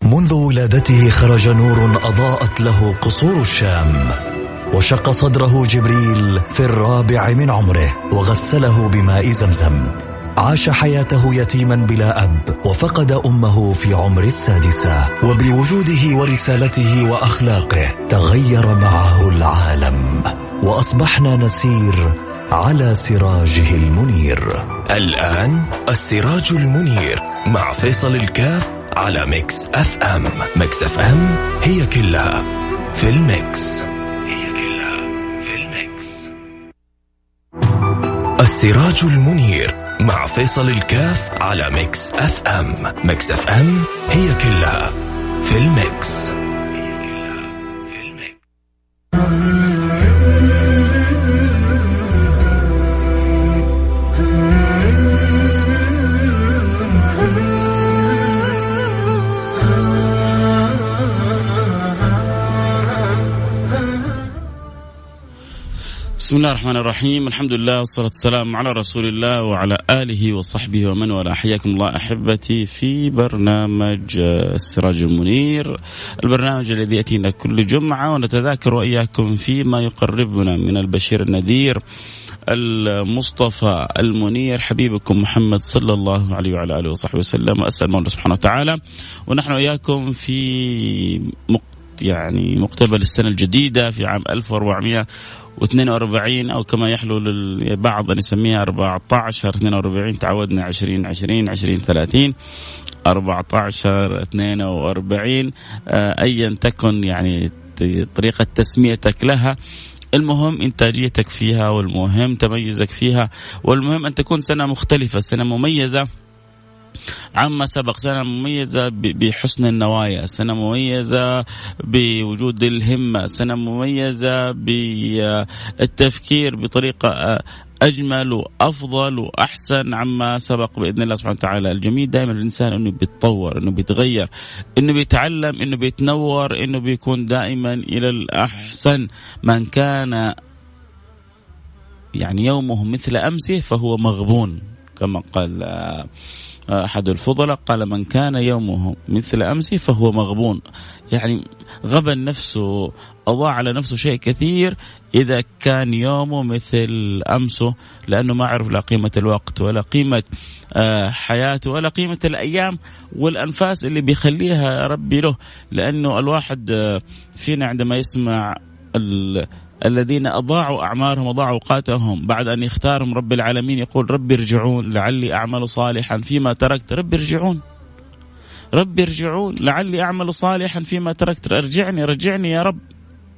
منذ ولادته خرج نور أضاءت له قصور الشام، وشق صدره جبريل في 4 من عمره وغسله بماء زمزم. عاش حياته يتيما بلا أب، وفقد أمه في عمر 6، وبوجوده ورسالته وأخلاقه تغير معه العالم، وأصبحنا نسير على سراجه المنير. الآن السراج المنير مع فيصل الكاف على ميكس اف ام. ميكس اف ام هي كلها في الميكس. السراج المنير مع فيصل الكاف على ميكس اف ام. ميكس اف ام هي كلها في الميكس. بسم الله الرحمن الرحيم. الحمد لله والصلاة والسلام على رسول الله وعلى آله وصحبه ومن والاه. حياكم الله أحبتي في برنامج السراج المنير، البرنامج الذي يأتينا كل جمعة ونتذاكر وإياكم فيما يقربنا من البشير النذير المصطفى المنير حبيبكم محمد صلى الله عليه وعلى آله وصحبه وسلم. وأسأل الله سبحانه وتعالى ونحن وإياكم في مقتبل السنة الجديدة في عام 1442 أو كما يحلو للبعض أن يسميها 1442. تعودنا 2020 2030 1442 أيا تكن يعني طريقة تسميتك لها. المهم إنتاجيتك فيها، والمهم تميزك فيها، والمهم أن تكون سنة مختلفة، سنة مميزة عما سبق، سنة مميزة بحسن النوايا، سنة مميزة بوجود الهمة، سنة مميزة بالتفكير بطريقة أجمل وأفضل وأحسن عما سبق بإذن الله سبحانه وتعالى. الجميل دائما الإنسان أنه بيتطور، أنه بيتغير، أنه بيتعلم، أنه بيتنور، أنه بيكون دائما إلى الأحسن. من كان يومه مثل أمسه فهو مغبون، كما قال أحد الفضلاء، قال من كان يومه مثل أمسه فهو مغبون. غبى نفسه، أضاع على نفسه شيء كثير إذا كان يومه مثل أمسه، لأنه ما عرف لا قيمة الوقت ولا قيمة حياته ولا قيمة الأيام والأنفاس اللي بيخليها ربي له. لأنه الواحد فينا عندما يسمع الذين أضاعوا أعمارهم وضاعوا أوقاتهم بعد أن يختارهم رب العالمين، يقول رب ارجعون لعلي أعمل صالحا فيما تركت. رب ارجعون، رب ارجعون لعلي أعمل صالحا فيما تركت. رجعني يا رب.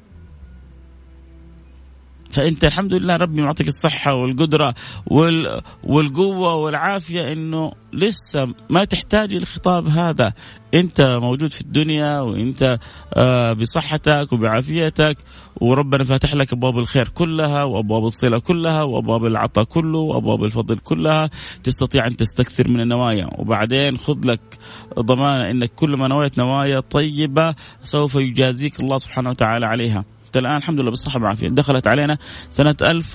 فأنت الحمد لله ربي معطيك الصحة والقدرة والقوة والعافية، إنه لسه ما تحتاج الخطاب هذا. أنت موجود في الدنيا وأنت بصحتك وبعافيتك، وربنا فاتح لك أبواب الخير كلها وأبواب الصلة كلها وأبواب العطاء كله وأبواب الفضل كلها. تستطيع أن تستكثر من النوايا، وبعدين خذ لك ضمان إنك كل ما نويت نوايا طيبة سوف يجازيك الله سبحانه وتعالى عليها. الآن الحمد لله بالصحة والعافية. دخلت علينا سنة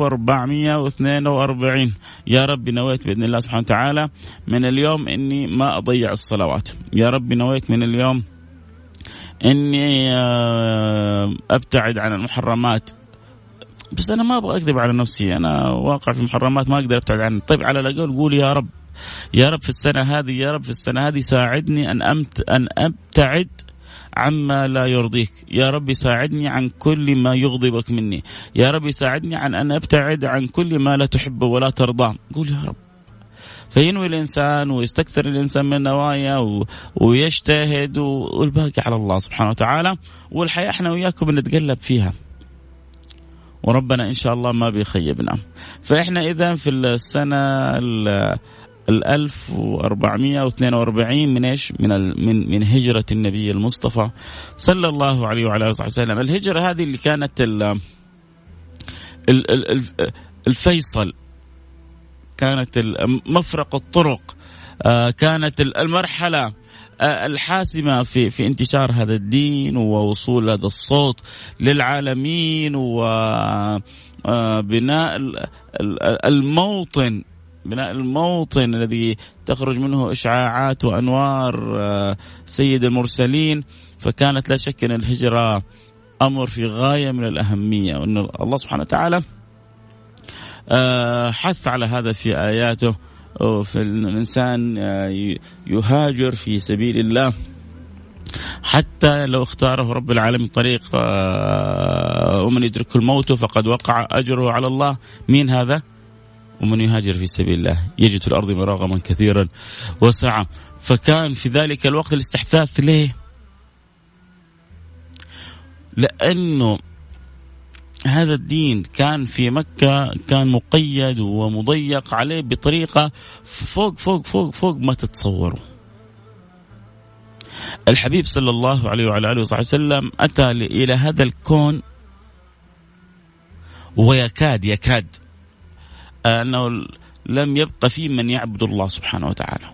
1442. يا رب نويت بإذن الله سبحانه وتعالى من اليوم إني ما أضيع الصلوات. يا رب نويت من اليوم إني أبتعد عن المحرمات. بس أنا ما أبغى أكذب على نفسي، أنا واقع في محرمات ما أقدر أبتعد عنها. طيب على الأقل قول يا رب، يا رب في السنة هذه، يا رب في السنة هذه ساعدني أن أبتعد عما لا يرضيك. يا رب ساعدني عن كل ما يغضبك مني. يا رب ساعدني عن أن أبتعد عن كل ما لا تحبه ولا ترضاه. قول يا رب. فينوي الإنسان ويستكثر الإنسان من نوايا ويجتهد، والباقي على الله سبحانه وتعالى. والحياة احنا وياكم بنتقلب فيها، وربنا إن شاء الله ما بيخيبنا. فإحنا إذن في السنة 1442 من إيش؟ من هجرة النبي المصطفى صلى الله عليه وعلى آله وسلم. الهجرة هذه اللي كانت الفيصل، كانت مفرق الطرق، كانت المرحلة الحاسمة في انتشار هذا الدين ووصول هذا الصوت للعالمين، وبناء الموطن بناء الموطن الذي تخرج منه إشعاعات وأنوار سيد المرسلين. فكانت لا شك أن الهجرة أمر في غاية من الأهمية، وأن الله سبحانه وتعالى حث على هذا في آياته، في الإنسان يهاجر في سبيل الله حتى لو اختاره رب العالمين طريق ومن يدرك الموت فقد وقع أجره على الله. مين هذا؟ ومن يهاجر في سبيل الله يجد في الأرض مراغما كثيرا وسعة. فكان في ذلك الوقت الاستحثاث. ليه؟ لأنه هذا الدين كان في مكة كان مقيد ومضيق عليه بطريقة فوق فوق فوق فوق ما تتصوروا. الحبيب صلى الله عليه وعلى آله وصحبه وسلم أتى إلى هذا الكون ويكاد أنه لم يبقى فيه من يعبد الله سبحانه وتعالى.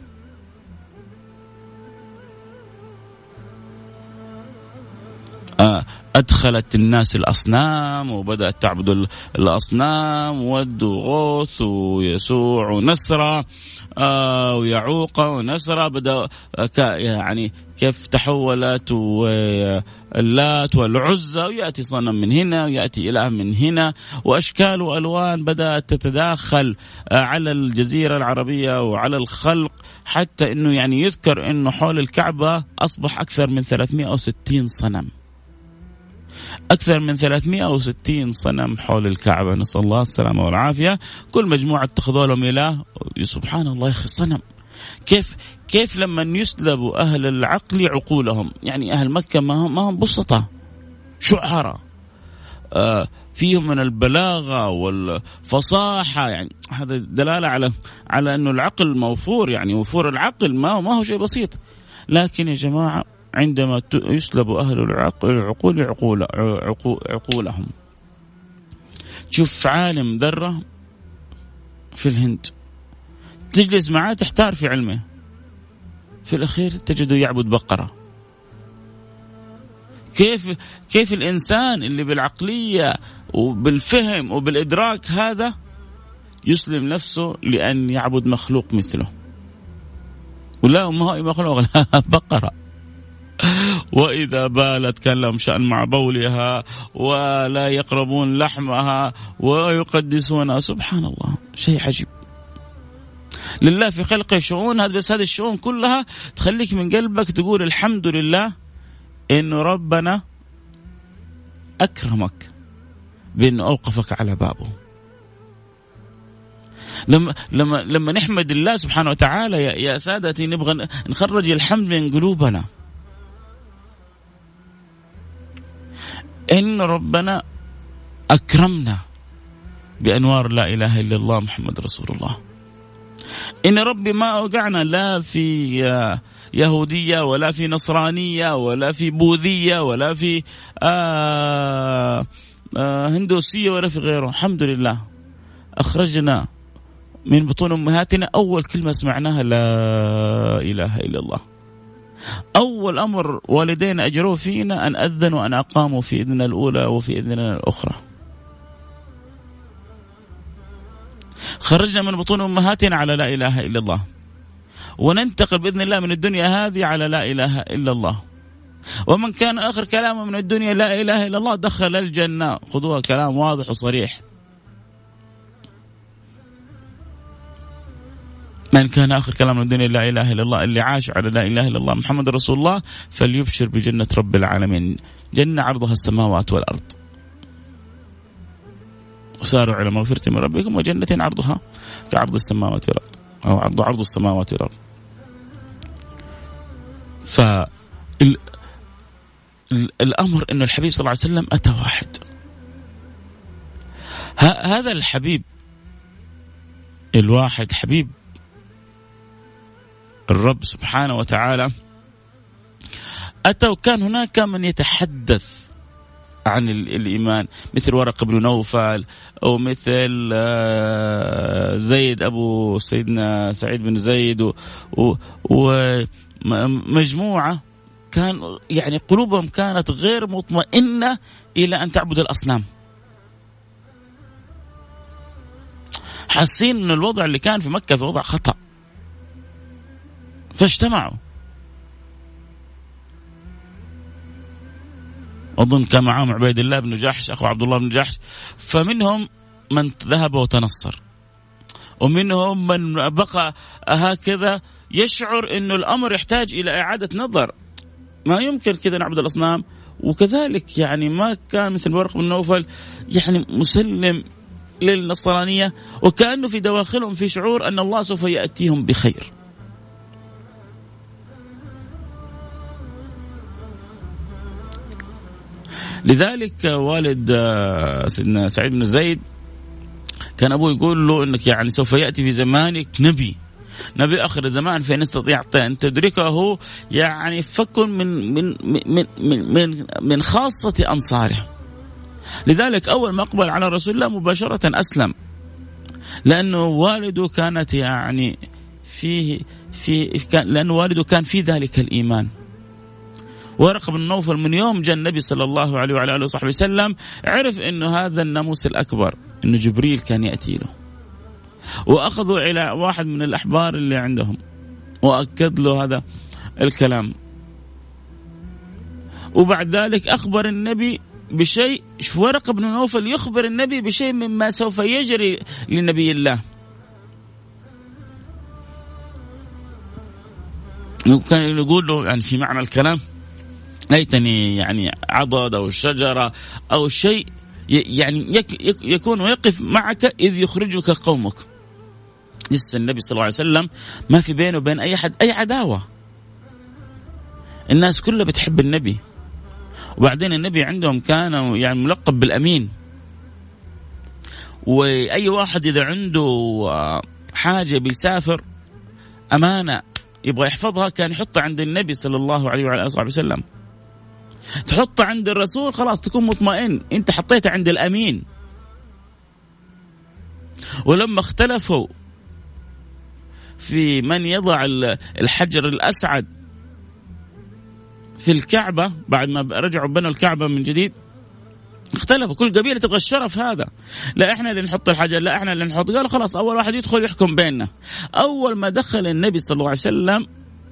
أدخلت الناس الأصنام وبدأت تعبد الأصنام، ود وغوث ويسوع ونسرة ويعوق ونسرة. بدأ يعني كيف تحولت واللات والعزة، ويأتي صنم من هنا ويأتي إله من هنا، وأشكال وألوان بدأت تتداخل على الجزيرة العربية وعلى الخلق، حتى أنه يعني يذكر أنه حول الكعبة أصبح أكثر من 360 صنم. أكثر من 360 صنم حول الكعبة، نسأل الله السلامة والعافية. كل مجموعة اتخذوا لهم إله. سبحان الله يا أخي، الصنم كيف لما يسلبوا أهل العقل عقولهم. يعني أهل مكة ما هم بسطة، شعراء فيهم من البلاغة والفصاحة. يعني هذا دلالة على أنه العقل موفور، يعني وفور العقل ما هو شيء بسيط. لكن يا جماعة عندما يسلب أهل العقول عقولهم. تشوف عالم ذرة في الهند تجلس معاه تحتار في علمه، في الأخير تجده يعبد بقرة. كيف الإنسان اللي بالعقلية وبالفهم وبالإدراك هذا يسلم نفسه لأن يعبد مخلوق مثله؟ ولا ما هو مخلوق، بقرة. وإذا بالت كان لهم شأن مع بولها ولا يقربون لحمها ويقدسونها. سبحان الله، شيء عجيب. لله في خلقه شؤون، بس هذه الشؤون كلها تخليك من قلبك تقول الحمد لله إنه ربنا أكرمك بأنه أوقفك على بابه. لما نحمد الله سبحانه وتعالى يا سادتي نبغى نخرج الحمد من قلوبنا، إن ربنا أكرمنا بأنوار لا إله إلا الله محمد رسول الله. إن ربي ما أوقعنا لا في يهودية ولا في نصرانية ولا في بوذية ولا في هندوسية ولا في غيره. الحمد لله أخرجنا من بطون أمهاتنا أول كلمة سمعناها لا إله إلا الله. أول أمر والدينا أجروه فينا أن أذنوا وأن أقاموا في إذننا الأولى وفي إذننا الأخرى. خرجنا من بطون أمهاتنا على لا إله إلا الله، وننتقل بإذن الله من الدنيا هذه على لا إله إلا الله. ومن كان آخر كلامه من الدنيا لا إله إلا الله دخل الجنة. خذوها كلام واضح وصريح. من كان آخر كلام من الدنيا لا إله إلا الله، اللي عاش على لا إله إلا الله محمد رسول الله فليبشر بجنة رب العالمين، جنة عرضها السماوات والأرض. وساروا إلى مغفرة من ربكم وجنة عرضها كعرض السماوات والأرض، أو عرض السماوات والأرض. فالأمر إنه الحبيب صلى الله عليه وسلم أتى واحد. هذا الحبيب الواحد حبيب الرب سبحانه وتعالى أتى، وكان هناك من يتحدث عن الإيمان مثل ورقة بن نوفل أو مثل زيد أبو سيدنا سعيد بن زيد ومجموعة كان يعني قلوبهم كانت غير مطمئنة إلى أن تعبد الأصنام. حاسين أن الوضع اللي كان في مكة في وضع خطأ، فاجتمعوا. أظن كان معهم عبيد الله بن جحش أخو عبد الله بن جحش، فمنهم من ذهب وتنصر، ومنهم من بقى هكذا يشعر أنه الأمر يحتاج إلى إعادة نظر، ما يمكن كذا نعبد الأصنام. وكذلك يعني ما كان مثل ورقة بن نوفل يعني مسلم للنصرانية، وكأنه في دواخلهم في شعور أن الله سوف يأتيهم بخير. لذلك والد سيدنا سعيد بن زيد كان أبوه يقول له أنك يعني سوف يأتي في زمانك نبي آخر الزمان، فإن استطيعت أن تدركه يعني فكن من خاصة أنصاره. لذلك أول ما أقبل على رسول الله مباشرة أسلم، لأنه والده كانت يعني لأنه والده كان في ذلك الإيمان. ورقة بن نوفل من يوم جاء النبي صلى الله عليه وعلى آله وصحبه وسلم عرف إنه هذا الناموس الأكبر، إنه جبريل كان يأتي له، وأخذوا إلى واحد من الأحبار اللي عندهم وأكد له هذا الكلام. وبعد ذلك أخبر النبي بشيء، ورقة بن نوفل يخبر النبي بشيء مما سوف يجري لنبي الله. وكان يقول له يعني في معنى الكلام ليتني يعني عضد أو شجرة أو شيء يعني يكون ويقف معك إذ يخرجك قومك. لسه النبي صلى الله عليه وسلم ما في بينه وبين أي أحد أي عداوة، الناس كلها بتحب النبي. وبعدين النبي عندهم كان يعني ملقب بالأمين، وأي واحد إذا عنده حاجة بيسافر أمانة يبغى يحفظها كان يحطها عند النبي صلى الله عليه وعلى آله وسلم. تحطها عند الرسول خلاص تكون مطمئن، أنت حطيتها عند الأمين. ولما اختلفوا في من يضع الحجر الأسعد في الكعبة بعد ما رجعوا بنوا الكعبة من جديد، اختلفوا، كل قبيلة تبغى الشرف هذا، لا احنا اللي نحط الحجر، لا احنا اللي نحط. قالوا خلاص أول واحد يدخل يحكم بيننا. أول ما دخل النبي صلى الله عليه وسلم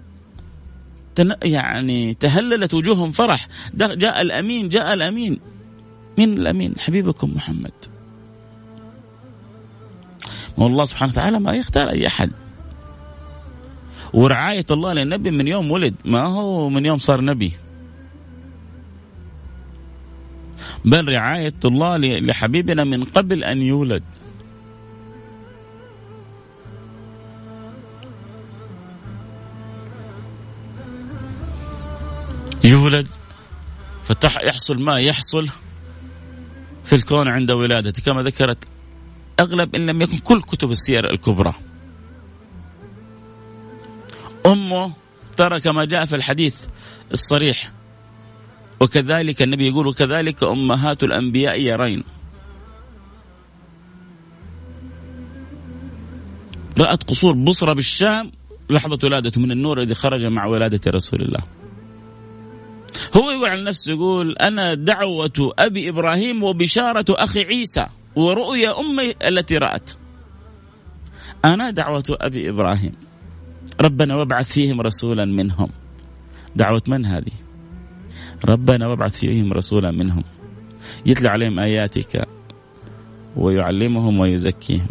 يعني تهللت وجوههم فرح. جاء الأمين. من الأمين؟ حبيبكم محمد. والله سبحانه وتعالى ما يختار أي أحد، ورعاية الله للنبي من يوم ولد، ما هو من يوم صار نبي، بل رعاية الله لحبيبنا من قبل أن يولد. يولد يحصل ما يحصل في الكون عند ولادته، كما ذكرت أغلب إن لم يكن كل كتب السير الكبرى. أمه ترى كما جاء في الحديث الصريح، وكذلك النبي يقول وكذلك أمهات الأنبياء يرين. رأت قصور بصرة بالشام لحظة ولادته من النور الذي خرج مع ولادة رسول الله. هو يقول عن نفسه، يقول أنا دعوة أبي إبراهيم وبشارة أخي عيسى ورؤيا أمي التي رأت. أنا دعوة أبي إبراهيم، ربنا وابعث فيهم رسولا منهم. دعوة من هذه؟ ربنا وابعث فيهم رسولا منهم يتلى عليهم آياتك ويعلمهم ويزكيهم.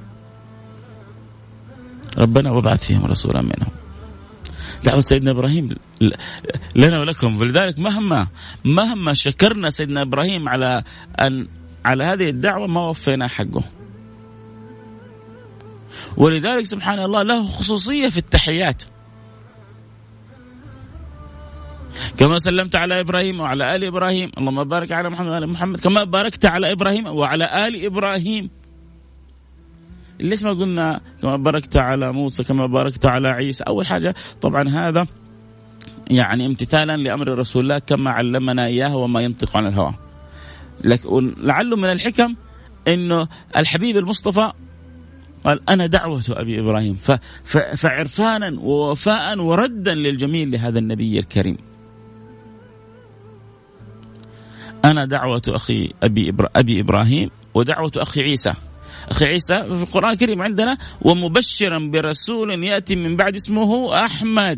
ربنا وابعث فيهم رسولا منهم. دعوة سيدنا إبراهيم لنا ولكم. ولذلك مهما شكرنا سيدنا إبراهيم على هذه الدعوة ما وفينا حقه. ولذلك سبحان الله له خصوصية في التحيات، كما سلمت على إبراهيم وعلى آل إبراهيم اللهم بارك على محمد وعلى محمد كما باركت على إبراهيم وعلى آل إبراهيم. ليش ما قلنا كما باركت على موسى كما باركت على عيسى؟ أول حاجة طبعا هذا يعني امتثالا لأمر رسول الله كما علمنا إياه وما ينطق عن الهوى. لعله من الحكم إنه الحبيب المصطفى قال أنا دعوة أبي إبراهيم، فعرفانا ووفاء وردا للجميل لهذا النبي الكريم. أنا دعوة أبي إبراهيم ودعوة أخي عيسى. أخي عيسى في القرآن الكريم عندنا ومبشرا برسول يأتي من بعد اسمه أحمد.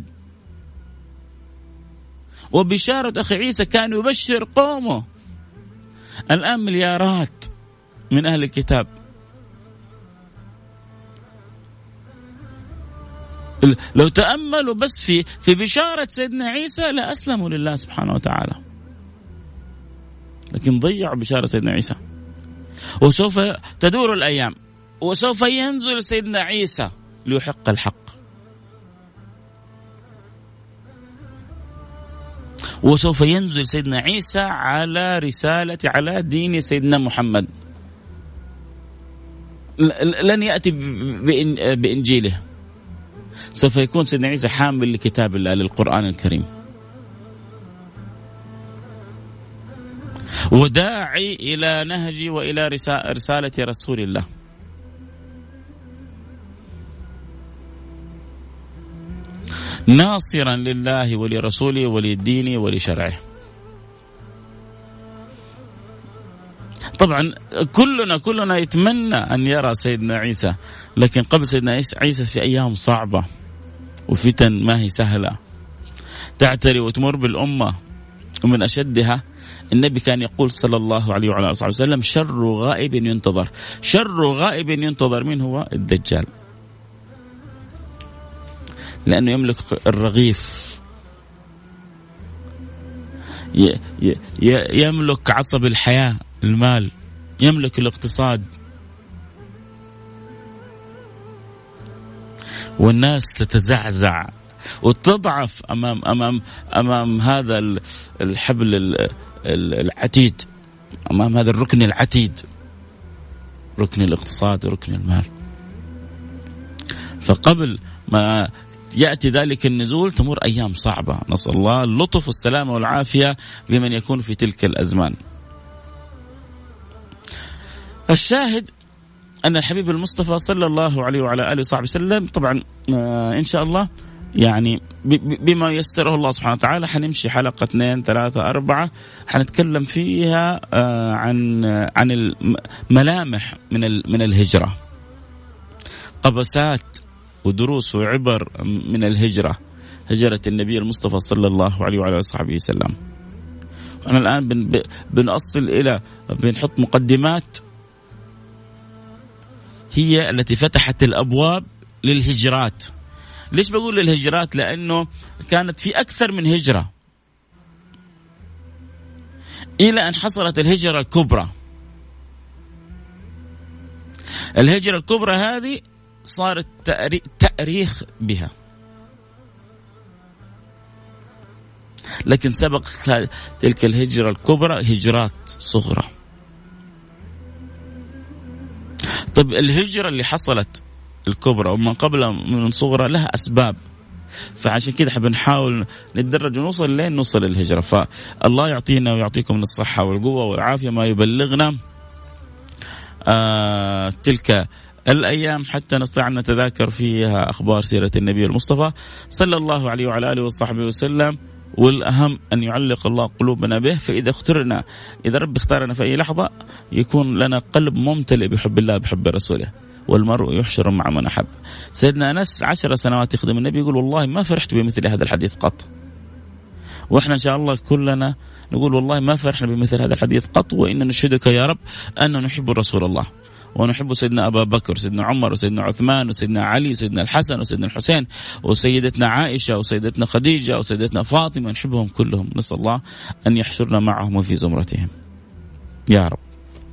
وبشارة أخي عيسى كان يبشر قومه. الآن مليارات من أهل الكتاب لو تأملوا بس في بشارة سيدنا عيسى لأسلموا لله سبحانه وتعالى، لكن ضيعوا بشارة سيدنا عيسى. وسوف تدور الأيام وسوف ينزل سيدنا عيسى ليحق الحق، وسوف ينزل سيدنا عيسى على رسالة على دين سيدنا محمد، لن يأتي بإنجيله، سوف يكون سيدنا عيسى حامل لكتاب الله للقرآن الكريم، وداعي إلى نهج وإلى رسالة رسول الله. ناصرا لله ولرسوله ولدينه ولشرعه. طبعا كلنا يتمنى أن يرى سيدنا عيسى، لكن قبل سيدنا عيسى في أيام صعبة وفتن ما هي سهلة تعتري وتمر بالأمة، ومن أشدها النبي كان يقول صلى الله عليه وعلى آله وسلم: شر غائب ينتظر. شر غائب ينتظر من هو؟ الدجال، لأنه يملك الرغيف، يملك عصب الحياة المال، يملك الاقتصاد، والناس تتزعزع وتضعف أمام هذا الحبل العتيد، أمام هذا الركن العتيد، ركن الاقتصاد وركن المال. فقبل ما يأتي ذلك النزول تمر أيام صعبة، نسأل الله اللطف والسلامة والعافية بمن يكون في تلك الأزمان. الشاهد أن الحبيب المصطفى صلى الله عليه وعلى آله وصحبه وسلم طبعا إن شاء الله يعني بما يسره الله سبحانه وتعالى حنمشي حلقة 2 3 4 حنتكلم فيها عن الملامح من الهجرة، قبسات ودروس وعبر من الهجرة، هجرة النبي المصطفى صلى الله عليه وعلى صحبه وسلم. وأنا الآن بنأصل إلى بنحط مقدمات هي التي فتحت الأبواب للهجرات. ليش بقول للهجرات؟ لأنه كانت في أكثر من هجرة إلى أن حصلت الهجرة الكبرى. الهجرة الكبرى هذه صارت تأريخ بها، لكن سبق تلك الهجرة الكبرى هجرات صغرى. طب الهجرة اللي حصلت الكبرى ومن قبلها من صغرى لها أسباب، فعشان كده حب نحاول نتدرج ونوصل لين نوصل للهجرة. فالله يعطينا ويعطيكم من الصحة والقوة والعافية ما يبلغنا تلك الأيام حتى نستطيع أن نتذاكر فيها أخبار سيرة النبي المصطفى صلى الله عليه وعلى آله وصحبه وسلم. والأهم أن يعلق الله قلوبنا به، فإذا اخترنا، إذا رب اختارنا في أي لحظة يكون لنا قلب ممتلئ بحب الله بحب رسوله، والمرء يحشر مع من أحب. سيدنا أنس 10 سنوات يخدم النبي، يقول والله ما فرحت بمثل هذا الحديث قط. وإحنا إن شاء الله كلنا نقول والله ما فرحنا بمثل هذا الحديث قط، وإن نشهدك يا رب أن نحب رسول الله، ونحب سيدنا أبا بكر وسيدنا عمر وسيدنا عثمان وسيدنا علي وسيدنا الحسن وسيدنا الحسين وسيدتنا عائشة وسيدتنا خديجة وسيدتنا فاطمة، نحبهم كلهم، نسأل الله أن يحشرنا معهم وفي زمرتهم يا رب.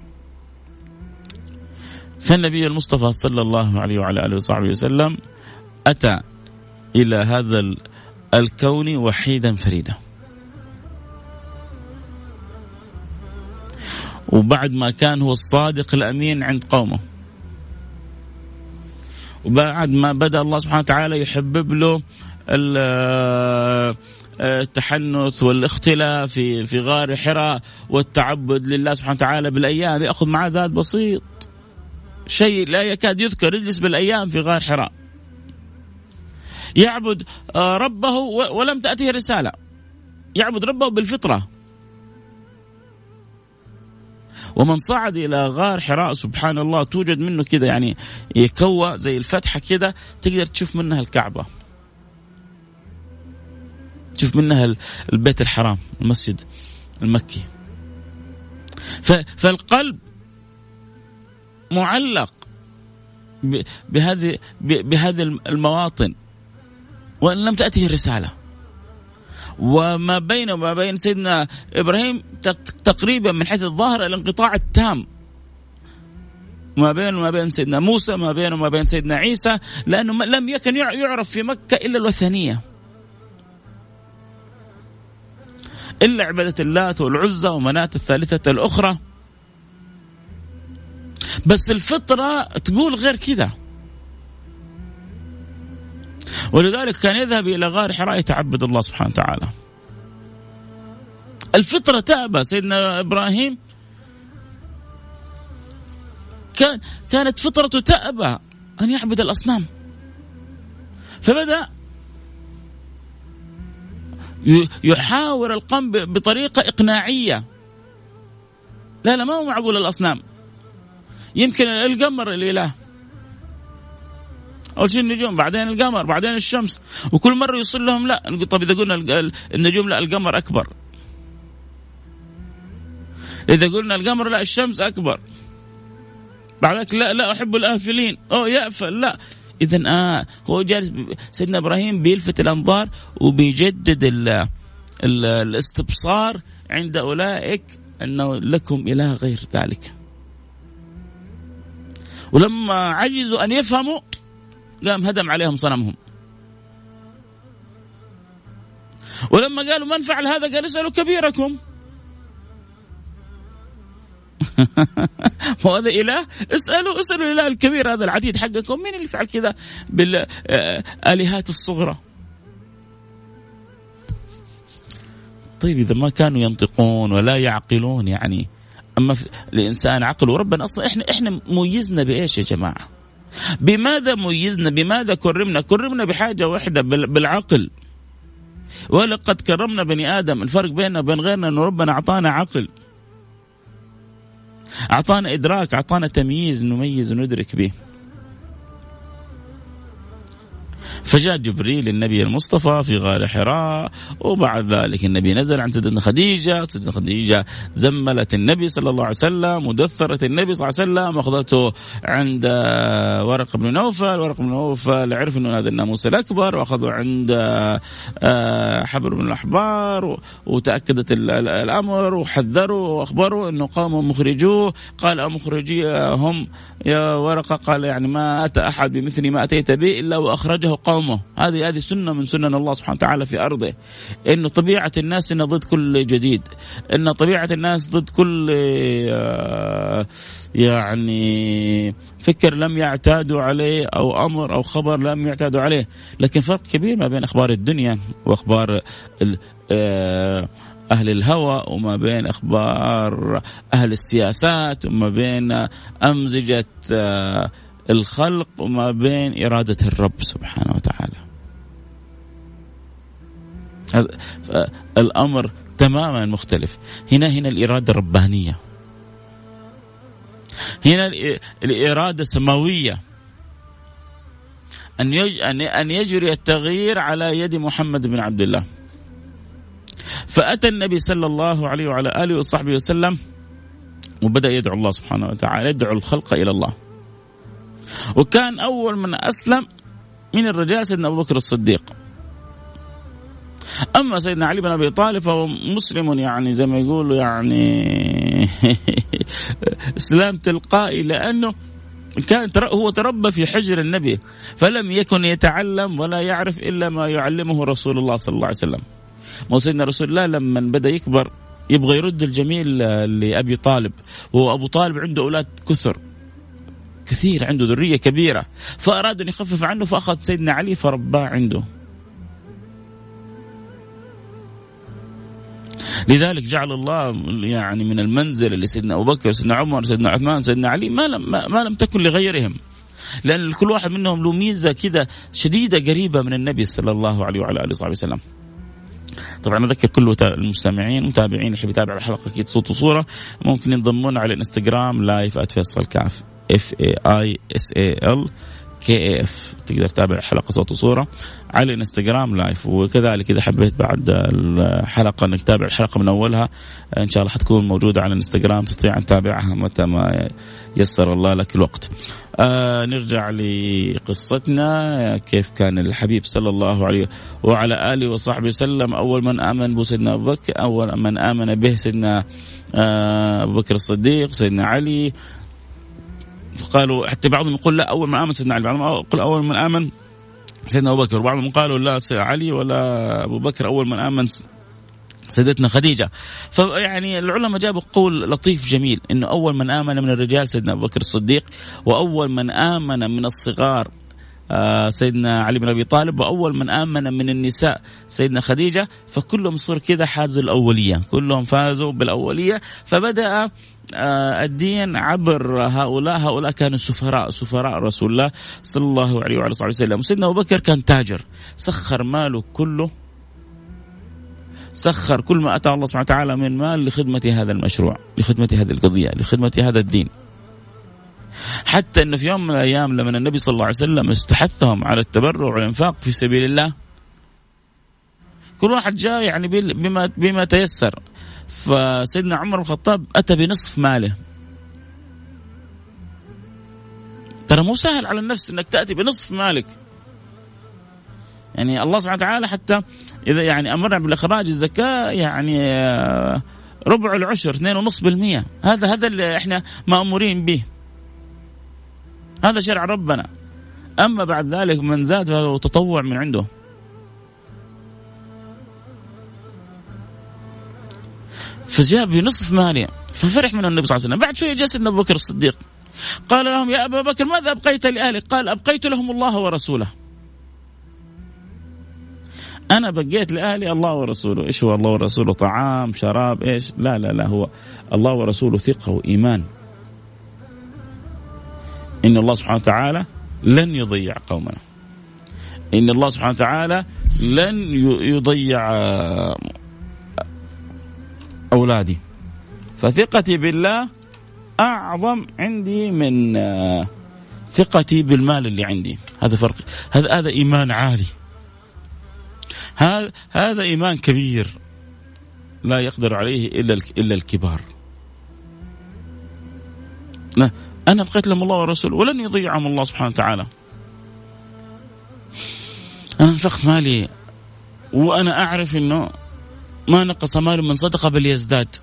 فالنبي المصطفى صلى الله عليه وعلى آله وصحبه وسلم أتى إلى هذا الكون وحيدا فريدا، وبعد ما كان هو الصادق الأمين عند قومه، وبعد ما بدأ الله سبحانه وتعالى يحبب له التحنث والاختلاف في غار حراء والتعبد لله سبحانه وتعالى بالأيام، يأخذ معاه زاد بسيط، شيء لا يكاد يذكر، يجلس بالأيام في غار حراء يعبد ربه ولم تأتيه رسالة، يعبد ربه بالفطرة، ومن صعد إلى غار حراء سبحان الله توجد منه كده يعني يكوى زي الفتحة كده، تقدر تشوف منها الكعبة، تشوف منها البيت الحرام، المسجد المكي. فالقلب معلق بهذه المواطن وإن لم تأتيه الرسالة. وما بينه وما بين سيدنا إبراهيم تقريبا من حيث الظاهر الانقطاع التام، ما بينه وما بين سيدنا موسى، ما بينه وما بين سيدنا عيسى، لأنه لم يكن يعرف في مكة إلا الوثنية، إلا عبادة اللات والعزى ومناة الثالثة الأخرى. بس الفطرة تقول غير كذا، ولذلك كان يذهب إلى غار حراء يتعبد الله سبحانه وتعالى. الفطرة تأبى. سيدنا إبراهيم كانت فطرته تأبى أن يعبد الأصنام، فبدأ يحاور القوم بطريقة إقناعية. لا ما هو معقول الأصنام، يمكن القمر الإله، أول شيء النجوم، بعدين القمر، بعدين الشمس، وكل مرة يوصل لهم لا. طب إذا قلنا النجوم لا القمر أكبر، إذا قلنا القمر لا الشمس أكبر، بعدك لا أحب الآفلين، يأفل لا. إذن هو جالس سيدنا إبراهيم بيلفت الأنظار وبيجدد الاستبصار عند أولئك أنه لكم إله غير ذلك. ولما عجزوا أن يفهموا قام هدم عليهم صنمهم. ولما قالوا من فعل هذا قال اسألوا كبيركم. وهذا إله، اسألوا الإله الكبير هذا العتيد حقكم، مين اللي فعل كذا بالآلهات الصغرى؟ طيب إذا ما كانوا ينطقون ولا يعقلون يعني، أما الإنسان عقل، وربنا أصلا إحنا ميزنا بإيش يا جماعة؟ بماذا ميزنا؟ بماذا كرمنا بحاجة واحدة، بالعقل. ولقد كرمنا بني آدم. الفرق بيننا وبين غيرنا أنه ربنا أعطانا عقل، أعطانا إدراك، أعطانا تمييز نميز وندرك به. فجاء جبريل النبي المصطفى في غار حراء، وبعد ذلك النبي نزل عند سيدنا خديجة. سيدنا خديجة زملت النبي صلى الله عليه وسلم ودثرت النبي صلى الله عليه وسلم، وأخذته عند ورق بن نوفل. ورق بن نوفل عرف أنه هذا الناموس الأكبر، وأخذه عند حبر بن الأحبار، وتأكدت الأمر، وحذروا وأخبروا أنه قاموا مخرجوه. قال مخرجيهم يا ورقة؟ قال يعني ما أتى أحد بمثل ما أتيت به إلا وأخرجه قومه. هذه سنة من سنن الله سبحانه وتعالى في أرضه، إنه طبيعة الناس إنه ضد كل جديد، إن طبيعة الناس ضد كل يعني فكر لم يعتادوا عليه، أو أمر أو خبر لم يعتادوا عليه. لكن فرق كبير ما بين أخبار الدنيا وأخبار أهل الهوى، وما بين أخبار أهل السياسات، وما بين أمزجة الخلق، وما بين إرادة الرب سبحانه وتعالى. الأمر تماما مختلف. هنا الإرادة الربانية، هنا الإرادة سماوية، أن يجري التغيير على يد محمد بن عبد الله. فأتى النبي صلى الله عليه وعلى آله وصحبه وسلم وبدأ يدعو الله سبحانه وتعالى، يدعو الخلق إلى الله. وكان أول من أسلم من الرجال سيدنا أبو بكر الصديق. أما سيدنا علي بن أبي طالب فهو مسلم يعني زي ما يقولوا يعني إسلام تلقائي، لأنه هو تربى في حجر النبي، فلم يكن يتعلم ولا يعرف إلا ما يعلمه رسول الله صلى الله عليه وسلم. وسيدنا رسول الله لما بدأ يكبر يبغى يرد الجميل لأبي طالب، وأبو طالب عنده أولاد كثير، عنده ذرية كبيرة، فأراد أن يخفف عنه، فأخذ سيدنا علي فرباه عنده. لذلك جعل الله يعني من المنزل اللي سيدنا أبو بكر، سيدنا عمر، سيدنا عثمان، سيدنا علي ما لم تكن لغيرهم، لأن كل واحد منهم له ميزة كده شديدة قريبة من النبي صلى الله عليه وعلى آله وصحبه وسلم. طبعا أذكر كل المستمعين متابعين اللي بيتابع الحلقة أكيد صوت وصورة ممكن ينضمون على الانستغرام لايف @فيصل كاف FAISAL KAF. تقدر تتابع الحلقة صوت وصورة على الانستغرام لايف. وكذلك إذا حبيت بعد الحلقة أنك تتابع الحلقة من أولها إن شاء الله حتكون موجودة على الانستغرام، تستطيع أن تتابعها متى ما يسر الله لك الوقت. نرجع لقصتنا. كيف كان الحبيب صلى الله عليه وعلى آله وصحبه وسلم أول من آمن به سيدنا أبو بكر، أول من آمن به سيدنا أبو بكر الصديق، سيدنا علي. فقالوا حتى بعضهم يقول لا أول من آمن سيدنا علي، بعضهم يقول أول من آمن سيدنا أبو بكر، وبعضهم قالوا لا علي ولا أبو بكر، أول من آمن سيدتنا خديجة. فيعني العلماء جابوا قول لطيف جميل إنه أول من آمن من الرجال سيدنا أبو بكر الصديق، وأول من آمن من الصغار سيدنا علي بن أبي طالب، وأول من آمن من النساء سيدنا خديجة. فكلهم صار كذا حازوا الأولية، كلهم فازوا بالأولية. فبدأ الدين عبر هؤلاء كانوا سفراء رسول الله صلى الله عليه وعلى آله وسلم. سيدنا أبو بكر كان تاجر، سخر ماله كله، سخر كل ما أتى الله سبحانه وتعالى من مال لخدمة هذا المشروع، لخدمة هذه القضية، لخدمة هذا الدين. حتى أنه في يوم من الأيام لما النبي صلى الله عليه وسلم استحثهم على التبرع والإنفاق في سبيل الله، كل واحد جاء يعني بما تيسر. فسيدنا عمر بن الخطاب أتى بنصف ماله. ترى مو سهل على النفس أنك تأتي بنصف مالك. يعني الله سبحانه وتعالى حتى إذا يعني أمرنا بالإخراج الزكاة يعني ربع العشر 2.5%. هذا اللي إحنا مأمورين به، هذا شرع ربنا. أما بعد ذلك من زاد فهذا تطوع من عنده. فجاء بنصف مالي، ففرح من النبي صلى الله عليه وسلم. بعد شوية جاء سيدنا أبو بكر الصديق قال لهم يا أبا بكر ماذا أبقيت لأهلك؟ قال أبقيت لهم الله ورسوله. أنا بقيت لأهلي الله ورسوله. إيش هو الله ورسوله؟ طعام شراب إيش؟ لا هو الله ورسوله ثقة وإيمان إن الله سبحانه وتعالى لن يضيع قومنا، إن الله سبحانه وتعالى لن يضيع أولادي. فثقتي بالله أعظم عندي من ثقتي بالمال اللي عندي. هذا فرق، هذا إيمان عالي، هذا إيمان كبير لا يقدر عليه إلا الكبار. أنا بقيت لهم الله ورسوله ولن يضيعهم الله سبحانه وتعالى. أنا انفقت مالي وأنا أعرف إنه ما نقص مال من صدقة بل يزداد.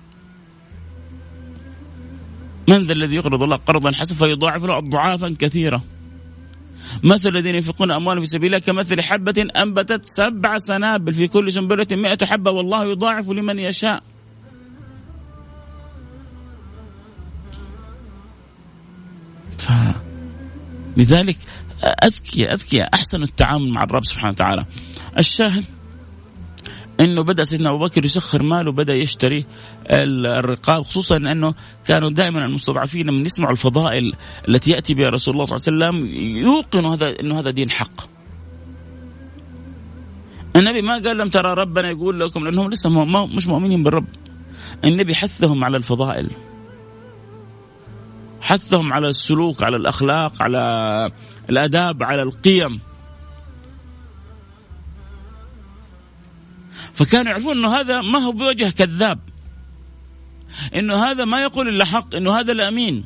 من ذا الذي يقرض الله قرضا حسنا فيضاعف له أضعافا كثيرة. مثل الذين ينفقون أموالهم في سبيل الله كمثل حبة أنبتت 7 سنابل في كل سنبلة 100 حبة والله يضاعف لمن يشاء. لذلك أذكياء أحسن التعامل مع الرب سبحانه وتعالى. الشاهد إنه بدأ سيدنا أبو بكر يسخر ماله، بدأ يشتري الرقاب، خصوصا أنه كانوا دائما المستضعفين من يسمعوا الفضائل التي يأتي بها رسول الله صلى الله عليه وسلم يوقنوا أنه هذا دين حق. النبي ما قال لهم ترى ربنا يقول لكم، لأنهم لسه مش مؤمنين بالرب. النبي حثهم على الفضائل، حثهم على السلوك، على الأخلاق، على الآداب، على القيم. فكانوا يعرفون أنه هذا ما هو بوجه كذاب، أنه هذا ما يقول إلا حق، أنه هذا الأمين.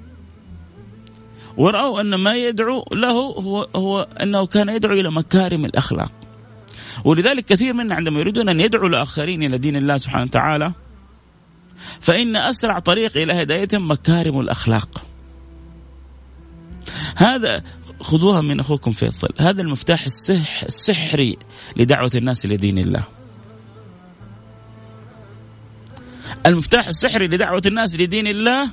ورأوا أن ما يدعو له هو أنه كان يدعو إلى مكارم الأخلاق. ولذلك كثير منا عندما يريدون أن يدعو الآخرين إلى دين الله سبحانه وتعالى فإن أسرع طريق إلى هدايتهم مكارم الأخلاق. هذا خذوها من أخوكم فيصل، هذا المفتاح السحري لدعوة الناس إلى دين الله. المفتاح السحري لدعوة الناس لدين الله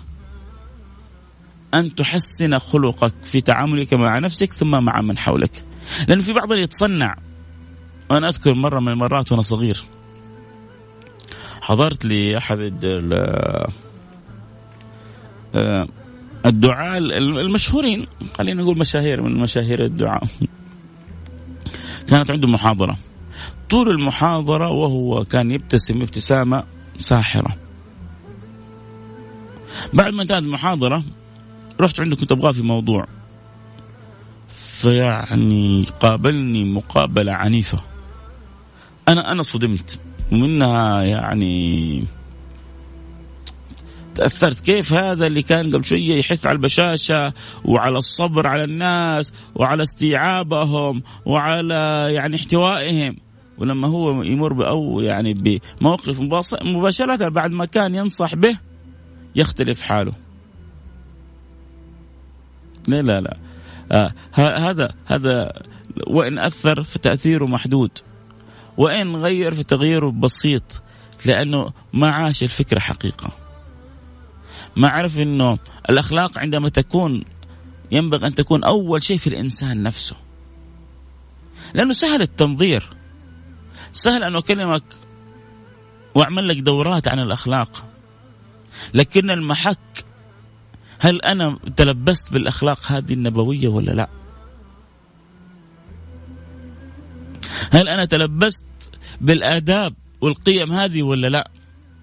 أن تحسن خلقك في تعاملك مع نفسك ثم مع من حولك. لأنه في بعض يتصنع. وأنا أذكر مرة من المرات وأنا صغير حضرت لي أحد الدعاء المشهورين، خلينا نقول مشاهير من مشاهير الدعاء، كانت عنده محاضرة. طول المحاضرة وهو كان يبتسم ابتسامة ساحرة. بعد ما انتهت المحاضرة رحت عنده، كنت أبغاه في موضوع، فيعني قابلني مقابلة عنيفة. أنا صدمت ومنها يعني تأثرت. كيف هذا اللي كان قبل شوية يحث على البشاشة وعلى الصبر على الناس وعلى استيعابهم وعلى يعني احتوائهم، ولما هو يمر أو يعني بموقف مباشرة بعد ما كان ينصح به يختلف حاله. لا هذا وإن أثر فتأثيره محدود، وإن غير فتغييره بسيط، لأنه ما عاش الفكرة حقيقة، ما عرف أنه الأخلاق عندما تكون ينبغي أن تكون أول شيء في الإنسان نفسه. لأنه سهل التنظير، سهل أن أكلمك وأعمل لك دورات عن الأخلاق، لكن المحك هل أنا تلبست بالأخلاق هذه النبوية ولا لا؟ هل أنا تلبست بالآداب والقيم هذه ولا لا؟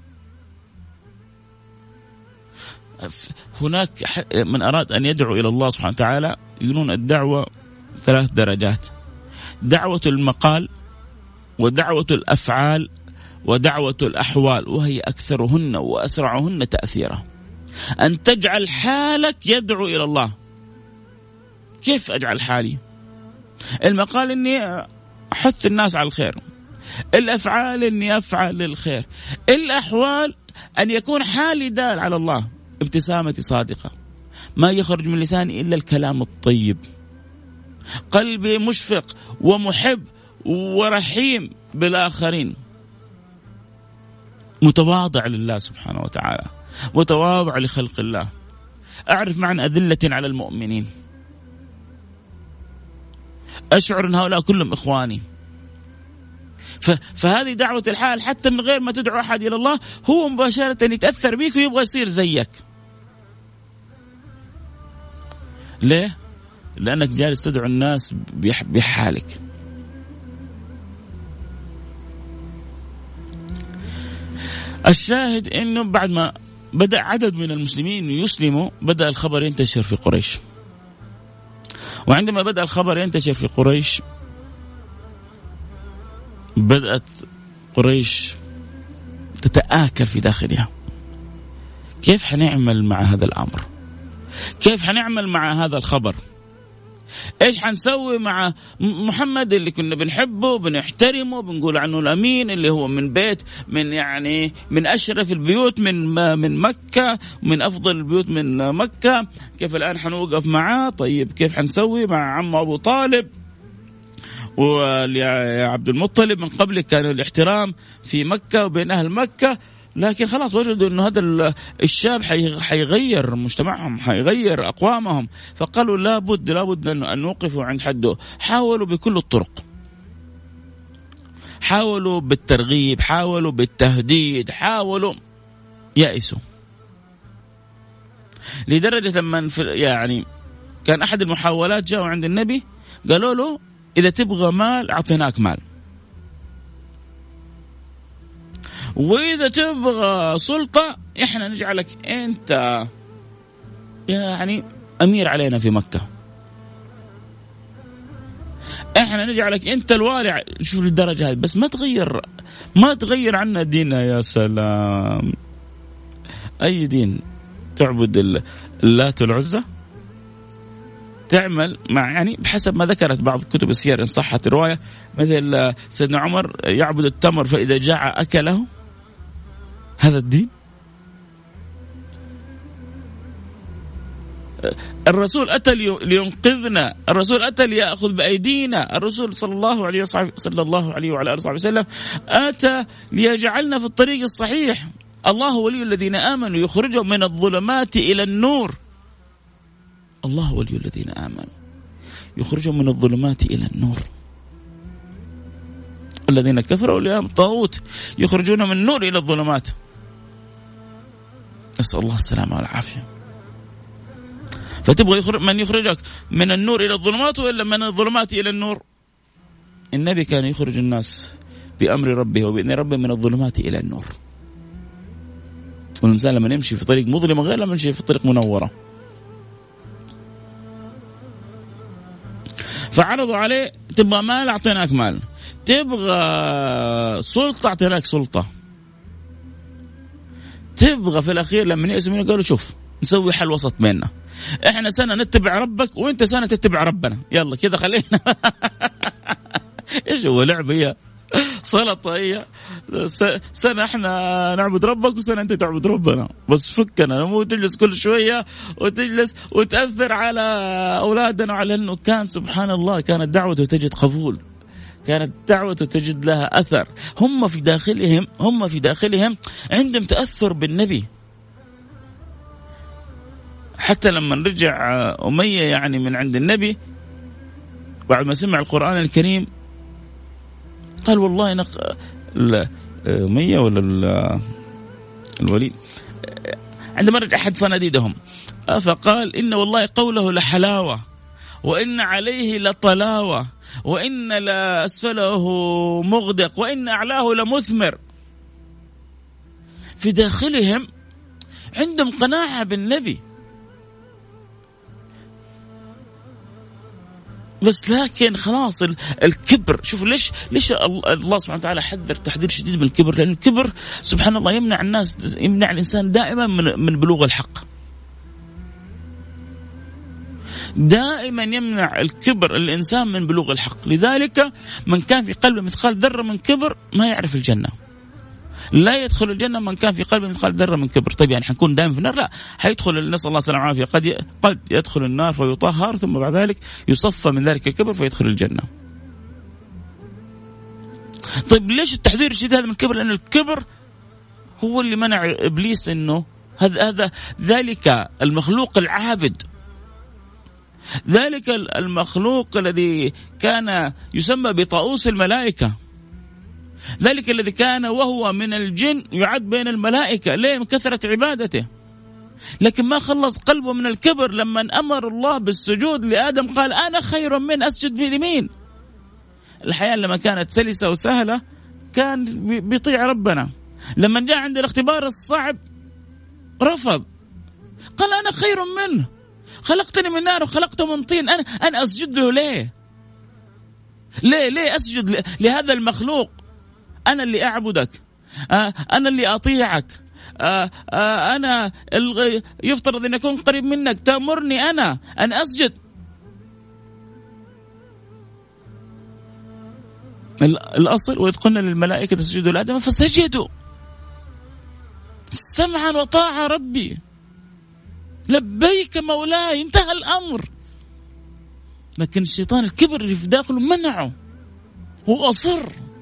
هناك من أراد أن يدعو إلى الله سبحانه وتعالى يقولون الدعوة 3 درجات: دعوة المقال، ودعوة الأفعال، ودعوة الأحوال، وهي أكثرهن وأسرعهن تأثيرا. أن تجعل حالك يدعو إلى الله. كيف أجعل حالي؟ المقال إني أحث الناس على الخير، الأفعال إني أفعل للخير، الأحوال أن يكون حالي دال على الله، ابتسامتي صادقة، ما يخرج من لساني إلا الكلام الطيب، قلبي مشفق ومحب ورحيم بالآخرين، متواضع لله سبحانه وتعالى، متواضع لخلق الله، أعرف معنى أذلة على المؤمنين، أشعر أن هؤلاء كلهم إخواني. فهذه دعوة الحال، حتى من غير ما تدعو أحد إلى الله هو مباشرة يتأثر بيك ويبغى يصير زيك. ليه؟ لأنك جالس تدعو الناس بحالك. الشاهد إنه بعد ما بدأ عدد من المسلمين يسلموا بدأ الخبر ينتشر في قريش، وعندما بدأ الخبر ينتشر في قريش بدأت قريش تتآكل في داخلها. كيف حنعمل مع هذا الأمر؟ كيف حنعمل مع هذا الخبر؟ إيش حنسوي مع محمد اللي كنا بنحبه بنحترمه بنقول عنه الأمين، اللي هو من بيت من أشرف البيوت من مكة، من أفضل البيوت من مكة؟ كيف الآن حنوقف معاه؟ طيب كيف حنسوي مع عم أبو طالب وعبد المطلب؟ من قبل كان الاحترام في مكة وبين أهل مكة، لكن خلاص وجدوا أنه هذا الشاب حيغير مجتمعهم، حيغير أقوامهم، فقالوا لابد أن نوقفوا عند حده. حاولوا بكل الطرق، حاولوا بالترغيب، حاولوا بالتهديد، حاولوا، يأسوا، لدرجة لما يعني كان أحد المحاولات جاءوا عند النبي قالوا له إذا تبغى مال أعطيناك مال، وإذا تبغى سلطة إحنا نجعلك أنت يعني أمير علينا في مكة، إحنا نجعلك أنت الوالي. شوف الدرجة هذه، بس ما تغير عنا ديننا. يا سلام، أي دين؟ تعبد اللات والعزى، تعمل مع يعني بحسب ما ذكرت بعض كتب السير إن صحت الرواية، مثل سيدنا عمر يعبد التمر فإذا جاع أكله. هذا الدين؟ الرسول أتى لينقذنا، الرسول أتى ليأخذ بأيدينا، الرسول صلى الله عليه وعلى آله وسلم أتى ليجعلنا في الطريق الصحيح. الله ولي الذين آمنوا يخرجهم من الظلمات إلى النور. الله ولي الذين آمنوا يخرجهم من الظلمات إلى النور. الذين كفروا أولياءهم الطاغوت يخرجون من النور إلى الظلمات. نسأل الله السلامة والعافية. فتبغى من يخرجك من النور إلى الظلمات وإلا من الظلمات إلى النور؟ النبي كان يخرج الناس بأمر ربه وبإذن ربه من الظلمات إلى النور. والإنسان لما يمشي في طريق مظلمة غير لما يمشي في طريق منورة. فعرضوا عليه تبغى مال أعطيناك مال، تبغى سلطة أعطيناك سلطة، تبغى في الأخير لما يأسوا قالوا شوف نسوي حل وسط بيننا، إحنا سنة نتبع ربك وإنت سنة تتبع ربنا، يلا كذا خلينا إيش هو لعبة هي سلطة هي سنة إحنا نعبد ربك وسنة أنت تعبد ربنا، بس فكنا مو تجلس كل شوية وتجلس وتأثر على أولادنا. على أنه كان سبحان الله كانت دعوته تجد قبول، كانت دعوته تجد لها أثر. هم في داخلهم عندهم تأثر بالنبي. حتى لما رجع أمية يعني من عند النبي بعد ما سمع القرآن الكريم قال والله أمية ولا الوليد عندما رجع أحد صناديدهم فقال إن والله قوله لحلاوة وإن عليه لطلاوة وإن لأسفله مغدق وإن أعلاه لمثمر. في داخلهم عندهم قناعة بالنبي، بس لكن خلاص الكبر. شوف ليش الله سبحانه وتعالى حذر تحذير شديد من الكبر؟ لأن الكبر سبحان الله يمنع الإنسان دائما من بلوغ الحق، دائما يمنع الكبر الإنسان من بلوغ الحق. لذلك من كان في قلبه مثقال ذرة من كبر ما يعرف الجنة، لا يدخل الجنة من كان في قلبه مثقال ذرة من كبر. طيب يعني حنكون دائما في النار؟ لا، حيدخل نسأل الله السلامة والعافية، قد يدخل النار فيطهر ثم بعد ذلك يصفى من ذلك الكبر فيدخل الجنة. طيب ليش التحذير الشديد هذا من الكبر؟ لأن الكبر هو اللي منع إبليس إنه هذا ذلك المخلوق العابد، ذلك المخلوق الذي كان يسمى بطاووس الملائكة، ذلك الذي كان وهو من الجن يعد بين الملائكة. ليه؟ من كثرة عبادته. لكن ما خلص قلبه من الكبر لما أمر الله بالسجود لآدم قال أنا خير من أسجد بيمين. الحياة لما كانت سلسة وسهلة كان بيطيع ربنا، لما جاء عند الاختبار الصعب رفض، قال أنا خير منه، خلقتني من نار وخلقته من طين، أنا أسجد له ليه أسجد لهذا المخلوق؟ أنا اللي أعبدك، أنا اللي أطيعك، أنا يفترض أن أكون قريب منك، تأمرني أنا أن أسجد. الأصل وإذ قلنا للملائكة تسجدوا لآدم فسجدوا سمعا وطاعة ربي لبيك مولاي، انتهى الأمر. لكن الشيطان الكبر اللي في داخله منعه وأصر،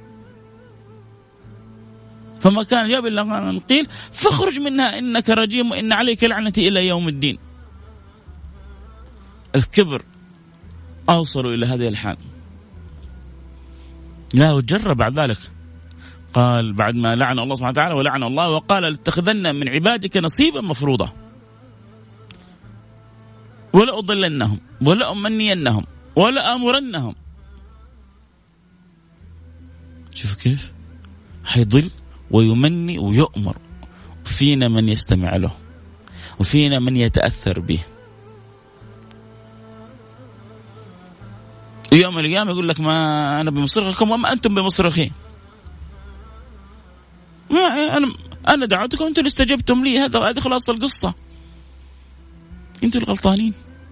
فما كان جاب إلا أن قيل فاخرج منها إنك رجيم وإن عليك لعنتي إلى يوم الدين. الكبر أوصلوا إلى هذه الحال. لا وجرب بعد ذلك، قال بعد ما لعن الله سبحانه وتعالى ولعن الله وقال لاتخذن من عبادك نصيبا مفروضا ولا أضلنهم ولا أمنينهم ولا أمرنهم. شوف كيف حيضل ويمني ويؤمر، وفينا من يستمع له وفينا من يتأثر به. يوم القيامة يقول لك ما أنا بمصرخكم وما أنتم بمصرخي، أنا دعوتكم أنتم اللي استجبتم لي، هذا خلاص القصة، أنتم الغلطانين.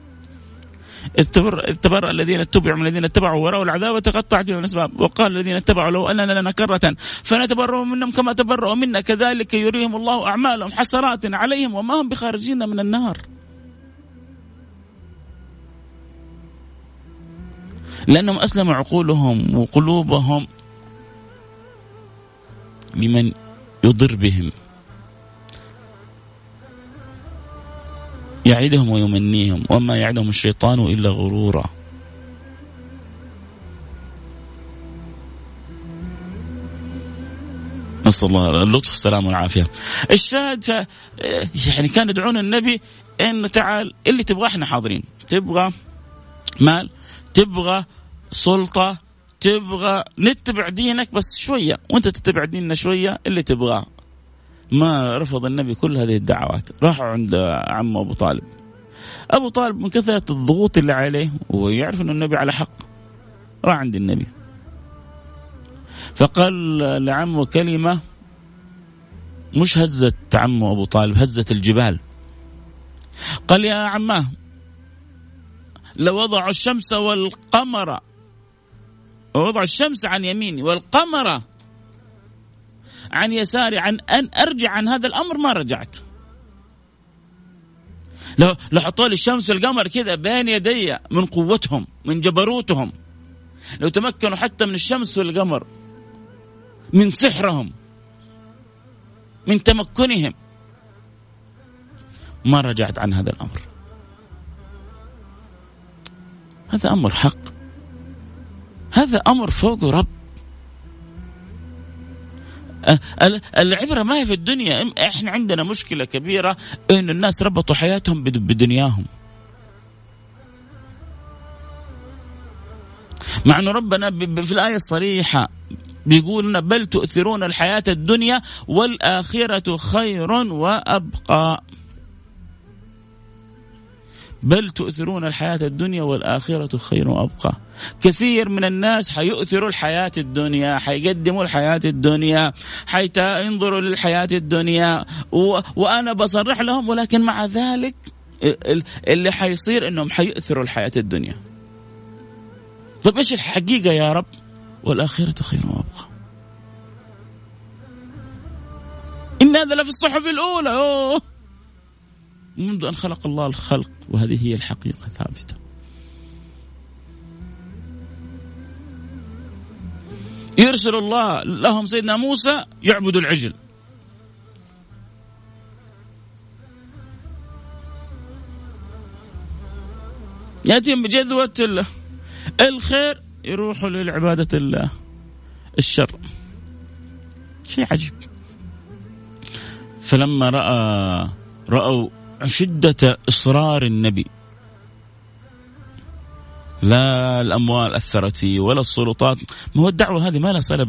اتبرأ الذين اتبعوا من الذين اتبعوا ورأوا العذاب وتقطعت بهم الأسباب وقال الذين اتبعوا لو أن لنا كرة فنتبرأ منهم كما تبرأوا منا كذلك يريهم الله أعمالهم حسرات عليهم وما هم بخارجين من النار. لأنهم أسلموا عقولهم وقلوبهم لمن يضر بهم، يعدهم ويمنيهم وما يعدهم الشيطان إلا غرورا. نسأل الله اللطف والسلام والعافية. الشاهد يعني كان يدعون النبي إنه تعال اللي تبغى احنا حاضرين، تبغى مال، تبغى سلطة، تبغى نتبع دينك بس شوية وانت تتبع ديننا شوية اللي تبغاه. ما رفض النبي كل هذه الدعوات، راحوا عند عمه أبو طالب. أبو طالب من كثرة الضغوط اللي عليه ويعرف أنه النبي على حق، راح عند النبي فقال لعمه كلمة مش هزت عمه أبو طالب، هزت الجبال. قال يا عماه لو وضعوا الشمس والقمر، ووضع الشمس عن يميني والقمر عن يساري عن أن أرجع عن هذا الأمر ما رجعت. لو حطوا لي الشمس والقمر كذا بين يدي من قوتهم من جبروتهم، لو تمكنوا حتى من الشمس والقمر من سحرهم من تمكنهم ما رجعت عن هذا الأمر. هذا أمر حق، هذا أمر فوق رب. العبرة ما هي في الدنيا. احنا عندنا مشكلة كبيرة ان الناس ربطوا حياتهم بدنياهم، مع أن ربنا في الآية الصريحة بيقول لنا بل تؤثرون الحياة الدنيا والآخرة خير وأبقى. بل تؤثرون الحياة الدنيا والآخرة خير وأبقى. كثير من الناس حيؤثروا الحياة الدنيا، حيقدموا الحياة الدنيا، حينظروا للحياة الدنيا، وأنا بصرح لهم، ولكن مع ذلك اللي حيصير إنهم حيؤثروا الحياة الدنيا. طب إيش الحقيقة يا رب؟ والآخرة خير وأبقى. إن هذا لفي الصحف الأولى منذ أن خلق الله الخلق، وهذه هي الحقيقة ثابتة. يرسل الله لهم سيدنا موسى يعبدوا العجل، يأتيهم بجذوة الخير يروحوا للعبادة الشر. شيء عجيب. فلما رأوا شدة إصرار النبي، لا الأموال أثرت فيه ولا السلطات. ما هو الدعوة هذه ما لا صلب،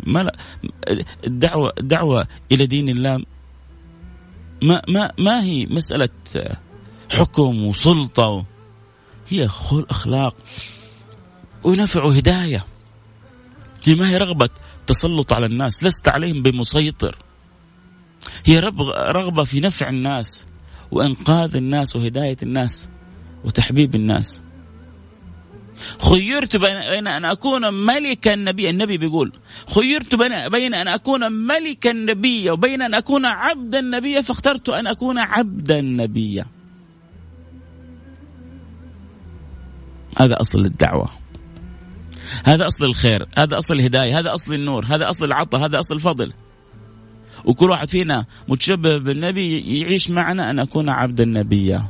الدعوة إلى دين الله ما هي مسألة حكم وسلطة، هي أخلاق ونفع وهداية. هي ما هي رغبة تسلط على الناس، لست عليهم بمسيطر. هي رغبة في نفع الناس وإنقاذ الناس وهداية الناس وتحبيب الناس. خيرت بين أن أكون ملكا نبيا، النبي بيقول خيرت بين أن أكون ملكا نبيا وبين أن أكون عبدا نبيا، فاخترت أن أكون عبدا نبيا. هذا أصل الدعوة، هذا أصل الخير، هذا أصل الهداية، هذا أصل النور، هذا أصل العطاء، هذا أصل الفضل. وكل واحد فينا متشبه بالنبي يعيش معنا أن أكون عبدا نبيا.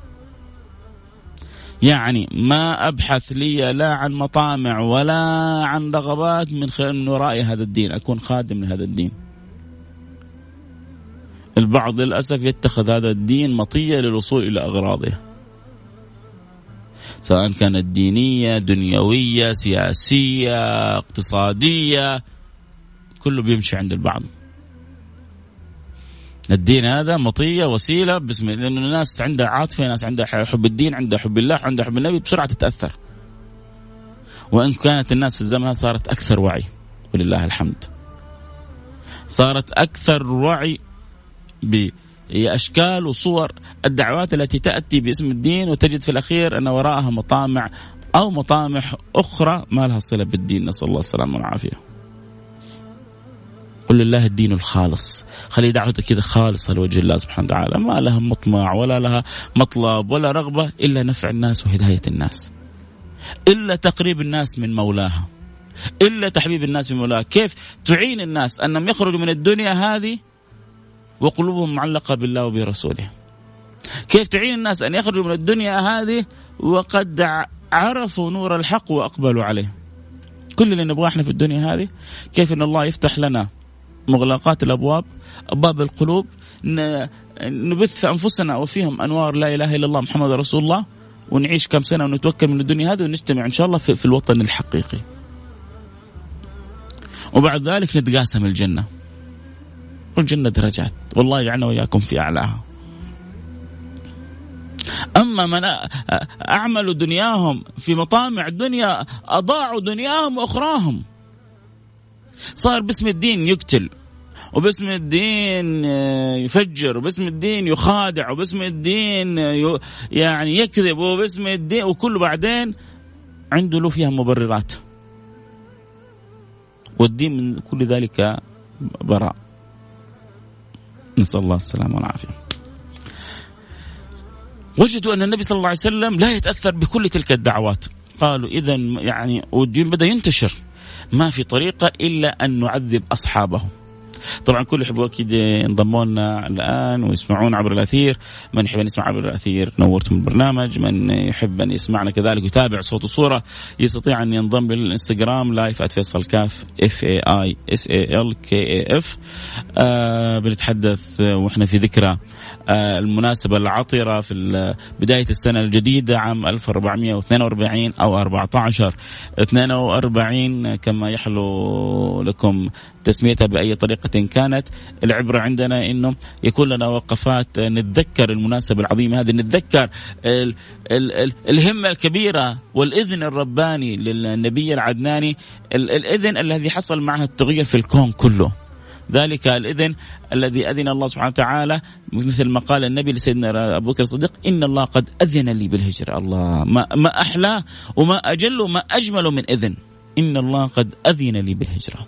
يعني ما أبحث لي لا عن مطامع ولا عن رغبات من خلال وراء هذا الدين، أكون خادم لهذا الدين. البعض للأسف يتخذ هذا الدين مطية للوصول إلى أغراضه، سواء كانت دينية دنيوية سياسية اقتصادية، كله بيمشي عند البعض. الدين هذا مطية وسيلة باسم، لأن الناس عندها عاطفة، ناس عندها حب الدين، عندها حب الله، عندها حب النبي، بسرعة تتأثر. وإن كانت الناس في الزمن صارت أكثر وعي ولله الحمد، صارت أكثر وعي بأشكال وصور الدعوات التي تأتي باسم الدين، وتجد في الأخير أن وراءها مطامع أو مطامح أخرى ما لها صلة بالدين، نسأل الله السلامة والعافية. قل لله الدين الخالص، خلي دعوتك كذا خالصة لوجه الله سبحانه وتعالى، ما لها مطمع ولا لها مطلب ولا رغبة إلا نفع الناس وهداية الناس، إلا تقريب الناس من مولاها، إلا تحبيب الناس من مولاها. كيف تعين الناس أنهم يخرجوا من الدنيا هذه وقلوبهم معلقة بالله وبرسوله؟ كيف تعين الناس أن يخرجوا من الدنيا هذه وقد عرفوا نور الحق وأقبلوا عليه؟ كل اللي نبغاه احنا في الدنيا هذه كيف أن الله يفتح لنا مغلقات الأبواب، أبواب القلوب، نبث في أنفسنا وفيهم أنوار لا إله إلا الله محمد رسول الله، ونعيش كم سنة ونتوكل من الدنيا هذه ونجتمع إن شاء الله في الوطن الحقيقي. وبعد ذلك نتقاسم الجنة، والجنة درجات، والله يجعلنا وإياكم في أعلاها. أما من أعملوا دنياهم في مطامع الدنيا أضاعوا دنياهم وأخراهم، صار باسم الدين يقتل، وباسم الدين يفجر، وباسم الدين يخادع، وباسم الدين يعني يكذب، وباسم الدين وكله بعدين عنده له فيها مبررات، والدين من كل ذلك براء. نسأل الله السلامة والعافية. وجدوا أن النبي صلى الله عليه وسلم لا يتأثر بكل تلك الدعوات. قالوا إذن يعني والدين بدأ ينتشر، ما في طريقة إلا أن نعذب أصحابه. طبعا كل يحبوا أكيد ينضموا لنا الآن ويسمعون عبر الأثير. من يحب أن يسمع عبر الأثير نورتم البرنامج، من يحب أن يسمعنا كذلك ويتابع صوت وصورة يستطيع أن ينضم للإنستغرام لايف @فيصل كاف FAISALKAF. بنتحدث وإحنا في ذكرى المناسبة العطرة في بداية السنة الجديدة عام 1442 أو 1442 كما يحلو لكم تسميتها بأي طريقة كانت. العبرة عندنا إنه يكون لنا وقفات نتذكر المناسبة العظيمة هذه، نتذكر الهمة الكبيرة والإذن الرباني للنبي العدناني، الإذن الذي حصل معه التغيير في الكون كله، ذلك الإذن الذي أذن الله سبحانه وتعالى، مثل ما قال النبي لسيدنا أبو بكر الصديق: إن الله قد أذن لي بالهجرة. الله ما أحلى وما أجل وما أجمل من إذن، إن الله قد أذن لي بالهجرة.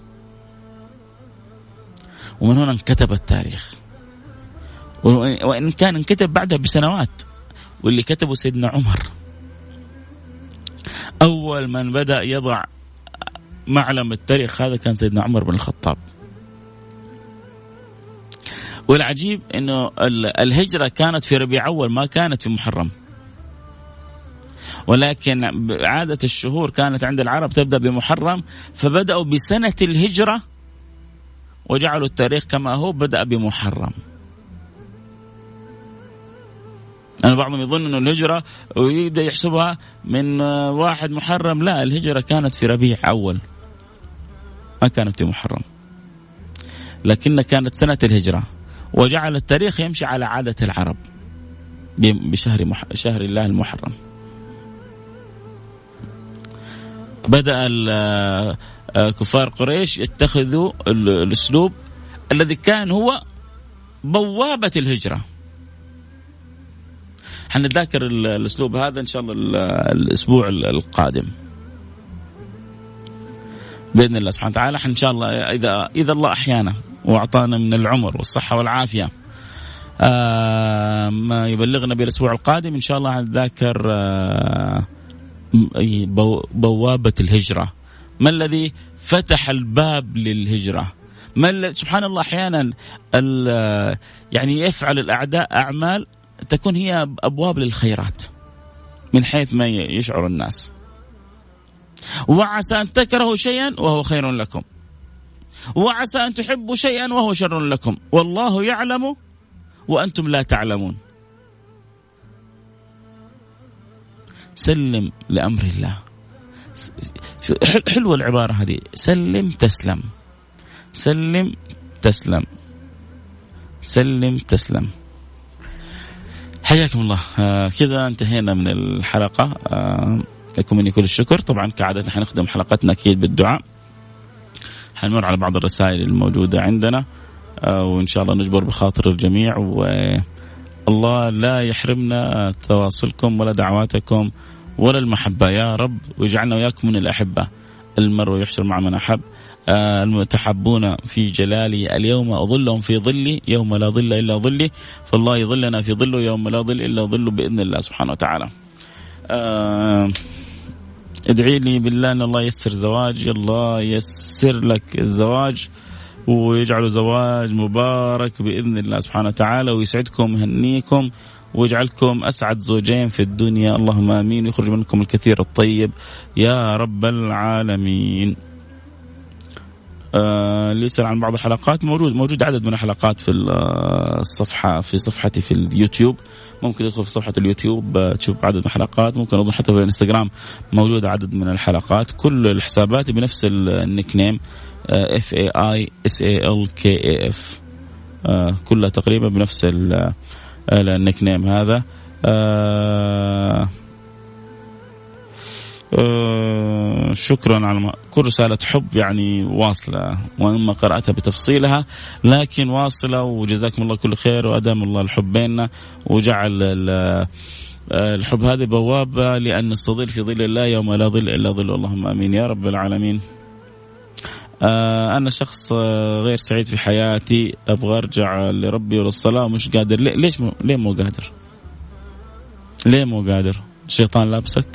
ومن هنا انكتب التاريخ، وإن كان انكتب بعدها بسنوات، واللي كتبه سيدنا عمر. أول من بدأ يضع معلم التاريخ هذا كان سيدنا عمر بن الخطاب. والعجيب إنه الهجرة كانت في ربيع أول، ما كانت في محرم، ولكن عادة الشهور كانت عند العرب تبدأ بمحرم، فبدأوا بسنة الهجرة وجعلوا التاريخ كما هو، بدأ بمحرم. أنا بعضهم يظن أنه الهجرة ويبدأ يحسبها من 1 محرم، لا، الهجرة كانت في ربيع أول، ما كانت في محرم، لكن كانت سنة الهجرة، وجعل التاريخ يمشي على عادة العرب شهر الله المحرم. بدأ كفار قريش يتخذوا الأسلوب الذي كان هو بوابة الهجرة. حنتذاكر الأسلوب هذا إن شاء الله الأسبوع القادم بإذن الله سبحانه وتعالى. إن شاء الله إذا الله أحيانا وأعطانا من العمر والصحة والعافية ما يبلغنا بالأسبوع القادم إن شاء الله حنتذاكر بوابة الهجرة. ما الذي فتح الباب للهجرة؟ سبحان الله أحيانا يعني يفعل الأعداء أعمال تكون هي أبواب للخيرات من حيث ما يشعر الناس. وعسى أن تكرهوا شيئا وهو خير لكم، وعسى أن تحبوا شيئا وهو شر لكم، والله يعلم وأنتم لا تعلمون. سلم لأمر الله. حلوة العبارة هذه، سلم تسلم، سلم تسلم، سلم تسلم. حياكم الله. كذا انتهينا من الحلقة. لكم مني كل الشكر. طبعا كعادة حنخدم حلقتنا أكيد بالدعاء. حنمر على بعض الرسائل الموجودة عندنا وإن شاء الله نجبر بخاطر الجميع، والله لا يحرمنا تواصلكم ولا دعواتكم ولا المحبة يا رب، ويجعلنا وياكم من الأحبة. المرء يحشر مع من أحب. المتحبون في جلالي اليوم أظلهم في ظلي يوم لا ظل إلا ظلي، فالله يظلنا في ظله يوم لا ظل إلا ظله بإذن الله سبحانه وتعالى. ادعي لي بالله أن الله يسر زواج، الله يسر لك الزواج ويجعله زواج مبارك بإذن الله سبحانه وتعالى، ويسعدكم هنيكم ويجعلكم أسعد زوجين في الدنيا، اللهم آمين، ويخرج منكم الكثير الطيب يا رب العالمين. اللي يسأل عن بعض الحلقات موجود عدد من الحلقات في الصفحة، في صفحتي في اليوتيوب. ممكن تدخل في صفحة اليوتيوب تشوف عدد من الحلقات. ممكن أيضا حتى في الانستغرام موجود عدد من الحلقات. كل الحسابات بنفس النيك نيم FAISALKAF، كلها تقريبا بنفس النيك نيم هذا. شكرا على كل رسالة حب يعني واصلة، وإما قرأتها بتفصيلها لكن واصلة، وجزاكم الله كل خير، وأدام الله الحب بيننا وجعل الحب هذه بوابة لأن نستظل في ظل الله يوم لا ظل إلا ظل. اللهم آمين يا رب العالمين. أنا شخص غير سعيد في حياتي، أبغى أرجع لربي وللصلاة ومش قادر. ليه مو قادر؟ ليه مو قادر؟ الشيطان لابسك؟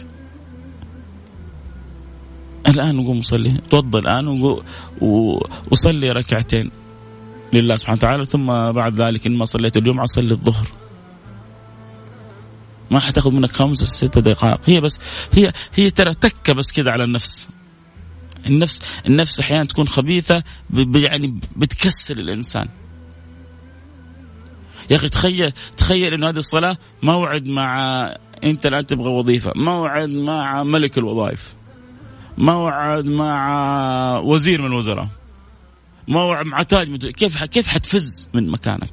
الآن نقوم نصلي، توضى الآن وصلي ركعتين لله سبحانه وتعالى، ثم بعد ذلك إن ما صليت الجمعة صلي الظهر. ما حتاخذ منك 5-6 دقائق. هي بس هي ترى تكة بس كذا على النفس. النفس أحيانا تكون خبيثة، يعني بتكسل الإنسان. يا أخي تخيل إنه هذه الصلاة موعد مع، أنت الآن تبغى وظيفة، موعد مع ملك الوظائف، موعد مع وزير من الوزراء، موعد مع تاج. كيف حتفز من مكانك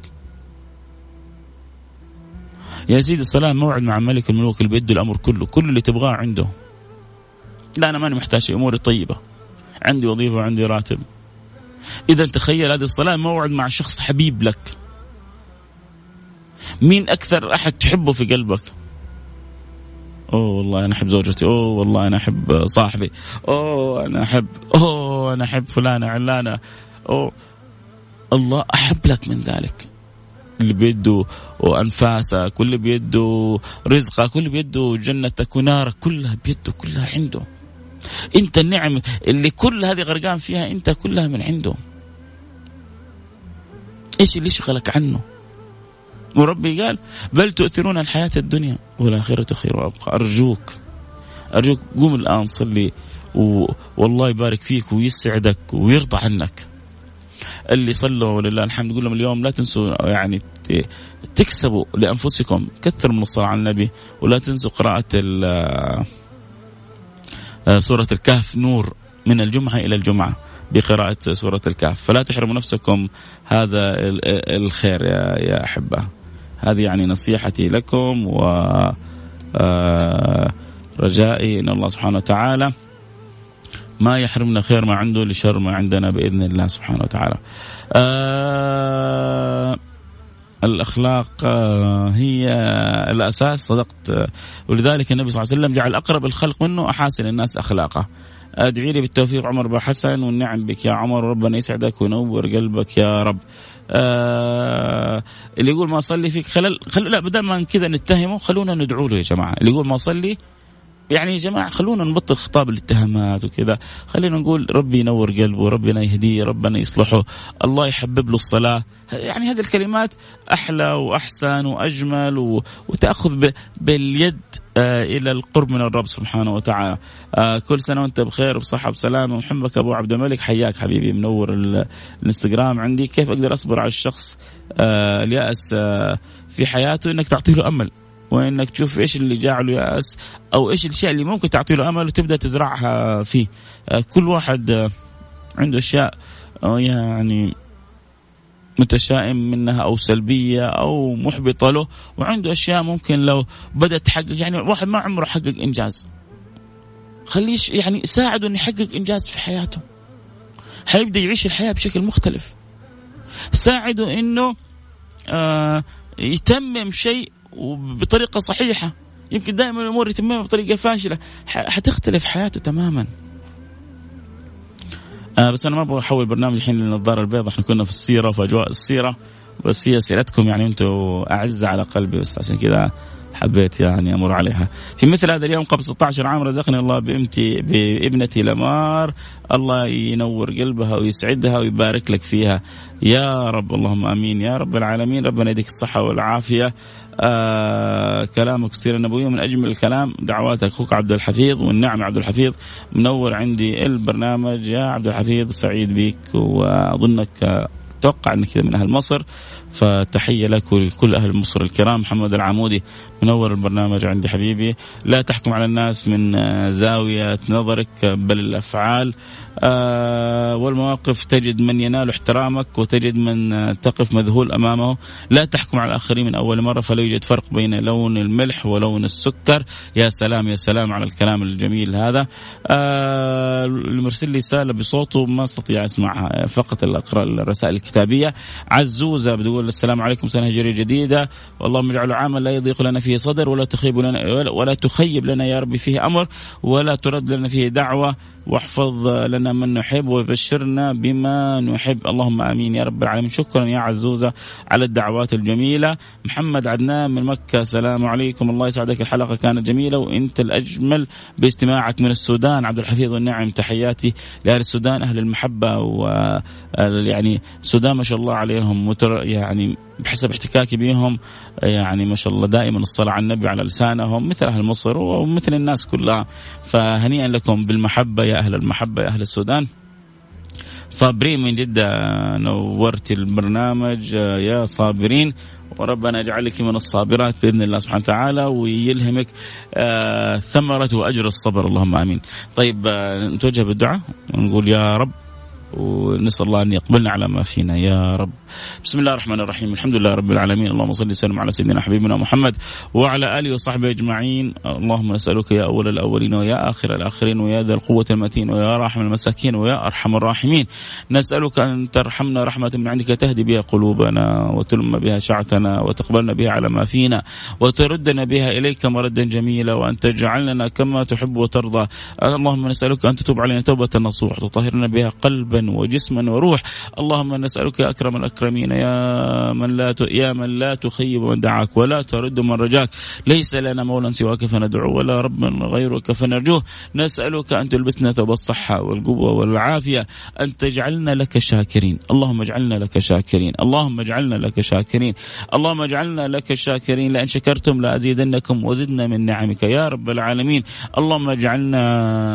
يا سيدي؟ الصلاة موعد مع ملك الملوك اللي بيده الأمر كله، كل اللي تبغاه عنده. لا أنا ماني محتاج، أموري طيبة، عندي وظيفة وعندي راتب. إذا تخيل هذه الصلاة موعد مع شخص حبيب لك. مين أكثر أحد تحبه في قلبك؟ أوه والله أنا أحب زوجتي، أوه والله أنا أحب صاحبي، أوه أنا أحب فلانة علانة، أوه الله أحب لك من ذلك. اللي بيده وأنفاسك، كل بيده رزقك، كل بيده جنتك ونارك، كلها بيده، كلها عنده. أنت النعم اللي كل هذه غرقان فيها أنت كلها من عنده. إيش اللي يشغلك عنه؟ وربي قال بل تؤثرون الحياة الدنيا والآخرة خير وأبقى. أرجوك قوم الآن صلي، والله يبارك فيك ويسعدك ويرضى عنك. اللي صلوا ولله الحمد قول لهم اليوم لا تنسوا يعني تكسبوا لأنفسكم، كثروا من الصلاة على النبي، ولا تنسوا قراءة سورة الكهف نور من الجمعة إلى الجمعة بقراءة سورة الكهف. فلا تحرموا نفسكم هذا الخير يا أحبة. هذه يعني نصيحتي لكم، ورجائي إن الله سبحانه وتعالى ما يحرمنا خير ما عنده لشر ما عندنا بإذن الله سبحانه وتعالى. الأخلاق هي الأساس، صدقت. ولذلك النبي صلى الله عليه وسلم جعل أقرب الخلق منه أحاسن الناس أخلاقه. أدعي لي بالتوفيق عمر بن حسن، والنعم بك يا عمر، ربنا يسعدك وينور قلبك يا رب. اللي يقول ما صلي فيك لا، بدل ما كذا نتهمه خلونا ندعو له يا جماعة. اللي يقول ما صلي يعني يا جماعة خلونا نبطل خطاب الاتهامات وكذا، خلينا نقول ربي ينور قلبه، ربنا يهديه، ربنا يصلحه، الله يحبب له الصلاة. يعني هذه الكلمات أحلى وأحسن وأجمل، وتأخذ باليد إلى القرب من الرب سبحانه وتعالى. كل سنة وأنت بخير وبصحة وسلامة. محمدك أبو عبد الملك، حياك حبيبي، منور الانستغرام عندي. كيف أقدر أصبر على الشخص اليأس في حياته؟ إنك تعطي له أمل، وإنك تشوف إيش اللي جعله يأس، أو إيش الأشياء اللي ممكن تعطي له أمل وتبدأ تزرعها فيه. كل واحد عنده أشياء يعني متشائم منها أو سلبية أو محبطة له، وعنده أشياء ممكن لو بدأت تحقق. يعني واحد ما عمره حقق إنجاز، خليش يعني ساعده أن يحقق إنجاز في حياته، حيبدأ يعيش الحياة بشكل مختلف. ساعده أنه يتمم شيء وبطريقة صحيحة. يمكن دائما الأمور يتممها بطريقة فاشلة، حتختلف حياته تماما. بس أنا ما أبغى أحول برنامج الحين للنظارة البيضاء. إحنا كنا في السيرة، في أجواء السيرة، بس هي سيرتكم يعني أنتوا أعز على قلبي، بس عشان كذا حبيت يعني أمر عليها. في مثل هذا اليوم قبل 16 عام رزقني الله بابنتي لمار، الله ينور قلبها ويسعدها ويبارك لك فيها يا رب، اللهم آمين يا رب العالمين. ربنا يديك الصحة والعافية. كلامك السيرة النبوية من أجمل الكلام. دعواتك أخوك عبد الحفيظ. والنعم عبد الحفيظ منور عندي البرنامج يا عبد الحفيظ، سعيد بك وأظنك أتوقع أنك كذا من أهل مصر، فتحية لك ولكل أهل مصر الكرام. محمد العمودي منور البرنامج عندي حبيبي. لا تحكم على الناس من زاوية نظرك بل الأفعال والمواقف، تجد من ينال احترامك وتجد من تقف مذهول أمامه. لا تحكم على الآخرين من أول مرة، فلا يوجد فرق بين لون الملح ولون السكر. يا سلام يا سلام على الكلام الجميل هذا. المرسل لي رسالة بصوته ما استطيع أسمعها، فقط أقرأ الرسائل الكتابية. عزوزة بتقول السلام عليكم، سنة هجرية جديدة والله اجعله عاما لا يضيق لنا فيه صدر ولا تخيب لنا يا رب فيه أمر ولا ترد لنا فيه دعوة، واحفظ لنا من نحب وبشرنا بما نحب، اللهم آمين يا رب العالمين. شكرا يا عزوزة على الدعوات الجميلة. محمد عدنان من مكة، السلام عليكم، الله يسعدك، الحلقة كانت جميلة وانت الأجمل باستماعك من السودان. عبد الحفيظ والنعم، تحياتي لأهل السودان أهل المحبة، ويعني السودان ما شاء الله عليهم يعني بحسب احتكاكي بهم يعني ما شاء الله دائما الصلاة على النبي على لسانهم مثل أهل مصر ومثل الناس كلها، فهنيئا لكم بالمحبة يا أهل المحبة يا أهل السودان. صابرين من جدة نورت البرنامج يا صابرين، وربنا يجعلك من الصابرات بإذن الله سبحانه وتعالى ويلهمك ثمرة وأجر الصبر، اللهم آمين. طيب نتوجه بالدعاء ونقول يا رب ونسأل الله أن يقبلنا على ما فينا يا رب. بسم الله الرحمن الرحيم، الحمد لله رب العالمين، اللهم صل وسلم على سيدنا حبيبنا محمد وعلى آله وصحبه أجمعين. اللهم نسألك يا أول الأولين ويا آخر الآخرين ويا ذا القوة المتين ويا راحم المساكين ويا أرحم الراحمين، نسألك أن ترحمنا رحمة من عندك تهدي بها قلوبنا وتلم بها شعثنا وتقبلنا بها على ما فينا وتردنا بها إليك مردا جميلا، وأن تجعلنا كما تحب وترضى. اللهم نسألك أن تتوب علينا توبة نصوح تطهرنا بها قلبا وجسما وروح. اللهم نسألك يا أكرم الأكرمين يا من لا تخيب من دعاك ولا ترد من رجاك، ليس لنا مولى سواك فندعو ولا رب غيرك فنرجوه. نسألك أن تلبسنا ثوب الصحة والقوة والعافية، أن تجعلنا لك شاكرين. اللهم اجعلنا لك شاكرين، اللهم اجعلنا لك شاكرين، اللهم اجعلنا لك شاكرين. لأن شكرتم لأزيدنكم وزدنا من نعمك يا رب العالمين. اللهم اجعلنا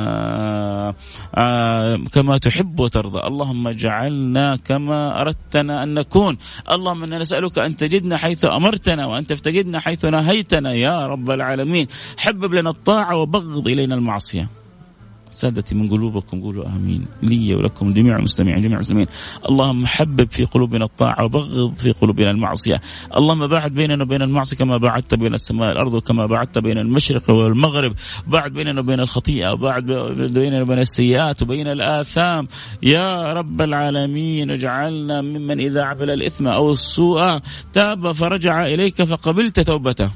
كما تحب وترضى، اللهم اجعلنا كما أردتنا أن نكون. اللهم إنا نسألك أن تجدنا حيث أمرتنا وأن تفتقدنا حيث نهيتنا يا رب العالمين. حبب لنا الطاعة وبغض إلينا المعصية. سادتي من قلوبكم قولوا آمين لي ولكم جميع المستمعين جميع المسلمين. اللهم حبب في قلوبنا الطاعة وبغض في قلوبنا المعصية. اللهم باعد بيننا وبين المعصية كما باعدت بين السماء والأرض وكما باعدت بين المشرق والمغرب. باعد بيننا وبين الخطيئة وباعد بيننا وبين السيئات وبين الآثام يا رب العالمين. اجعلنا ممن إذا عمل الإثم أو السوء تاب فرجع إليك فقبلت توبته،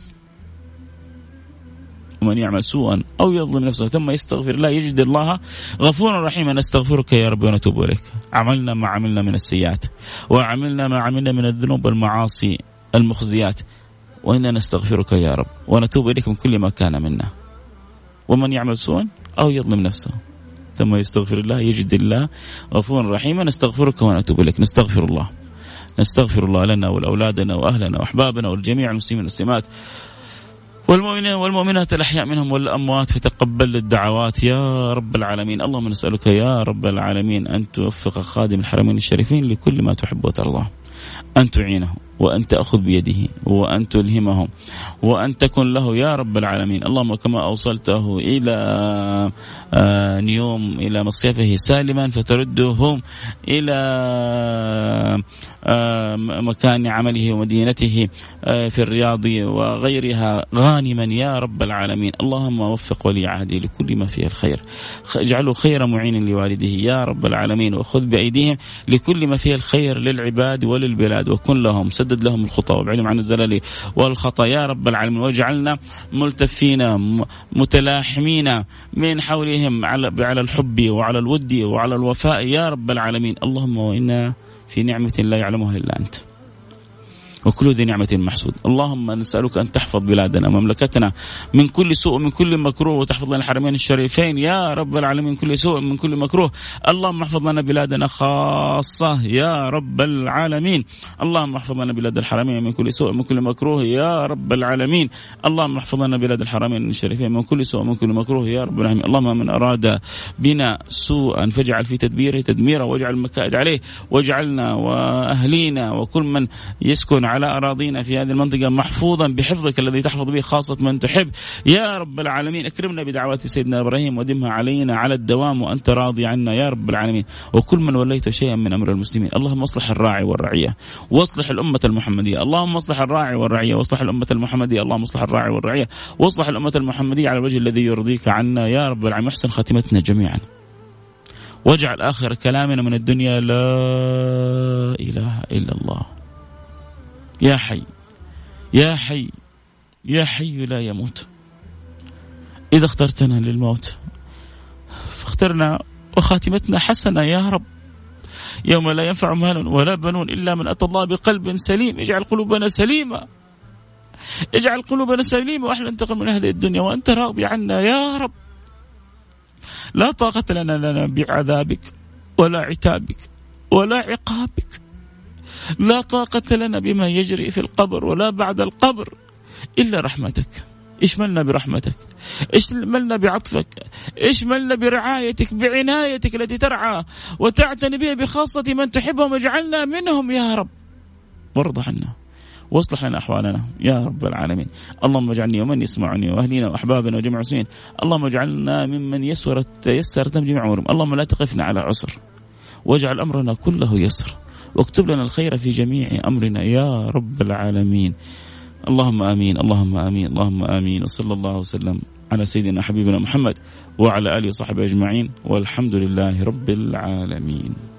ومن يعمل سوءا أو يظلم نفسه ثم يستغفر الله يجد الله غفورا رحيما. نستغفرك يا رب ونتوب إليك. عملنا ما عملنا من السيئات وعملنا ما عملنا من الذنوب والمعاصي المخزيات، وإنا نستغفرك يا رب ونتوب إليك من كل ما كان منا. ومن يعمل سوءا أو يظلم نفسه ثم يستغفر الله يجد الله غفورا رحيما. نستغفرك ونتوب إليك. نستغفر الله لنا ولأولادنا وأهلنا وأحبابنا والجميع المسلمين والمسلمات والمؤمنين والمؤمنات الأحياء منهم والأموات، فتقبل الدعوات يا رب العالمين. اللهم نسألك يا رب العالمين أن توفق خادم الحرمين الشريفين لكل ما تحب وترضى، أن تعينه وأن تأخذ بيده وأن تلهمهم وأن تكن له يا رب العالمين. اللهم كما أوصلته إلى نيوم إلى مصيفه سالما فتردهم إلى مكان عمله ومدينته في الرياض وغيرها غانما يا رب العالمين. اللهم وفق ولي عهده لكل ما فيه الخير، اجعله خير معين لوالده يا رب العالمين، وخذ بأيديهم لكل ما فيه الخير للعباد وللبلاد، وكن لهم سدد لهم الخطى وابعدهم عن الزلل والخطا يا رب العالمين. واجعلنا ملتفين متلاحمين من حولهم على الحب وعلى الود وعلى الوفاء يا رب العالمين. اللهم وإنا في نعمة لا يعلمها إلا أنت. وكل ذي نعمة محسود. اللهم نسألك أن تحفظ بلادنا ومملكتنا من كل سوء من كل مكروه، وتحفظ لنا الحرمين الشريفين يا رب العالمين من كل سوء من كل مكروه. اللهم احفظ لنا بلادنا خاصة يا رب العالمين. اللهم احفظ لنا بلاد الحرمين من كل سوء من كل مكروه يا رب العالمين. اللهم احفظ لنا بلاد الحرمين الشريفين من كل سوء من كل مكروه يا رب العالمين. اللهم من أراد بنا سوءا فاجعل في تدبيره تدميرا، واجعل المكائد عليه، واجعلنا وأهلينا وكل من يسكن على أراضينا في هذه المنطقة محفوظا بحفظك الذي تحفظ به خاصة من تحب يا رب العالمين. اكرمنا بدعوات سيدنا إبراهيم ودمها علينا على الدوام وأنت راضي عنا يا رب العالمين. وكل من وليت شيئا من أمر المسلمين اللهم اصلح الراعي والرعية واصلح الأمة المحمدية. اللهم اصلح الراعي والرعية واصلح الأمة المحمدية. اللهم اصلح الراعي والرعية واصلح الأمة المحمدية على الوجه الذي يرضيك عنا يا رب العالمين. احسن خاتمتنا جميعا، واجعل آخر كلامنا من الدنيا لا إله إلا الله. يا حي يا حي يا حي لا يموت. إذا اخترتنا للموت فاخترنا وخاتمتنا حسنة يا رب، يوم لا ينفع مال ولا بنون إلا من أتى الله بقلب سليم. اجعل قلوبنا سليمة، اجعل قلوبنا سليمة، وأحنا ننتقل من هذه الدنيا وأنت راضي عنا يا رب. لا طاقة لنا بعذابك ولا عتابك ولا عقابك، لا طاقة لنا بما يجري في القبر ولا بعد القبر إلا رحمتك. اشملنا برحمتك، اشملنا بعطفك، اشملنا برعايتك بعنايتك التي ترعى وتعتني بها بخاصة من تحبهم، واجعلنا منهم يا رب، وارض عنا واصلح لنا أحوالنا يا رب العالمين. اللهم اجعلني ومن يسمعني وأهلنا وأحبابنا وجميع المسلمين، اللهم اجعلنا ممن يسر جميع أمورهم. اللهم لا تقفنا على عسر، واجعل أمرنا كله يسر، واكتب لنا الخير في جميع أمرنا يا رب العالمين. اللهم آمين اللهم آمين اللهم آمين. وصلى الله وسلم على سيدنا حبيبنا محمد وعلى آله وصحبه أجمعين، والحمد لله رب العالمين.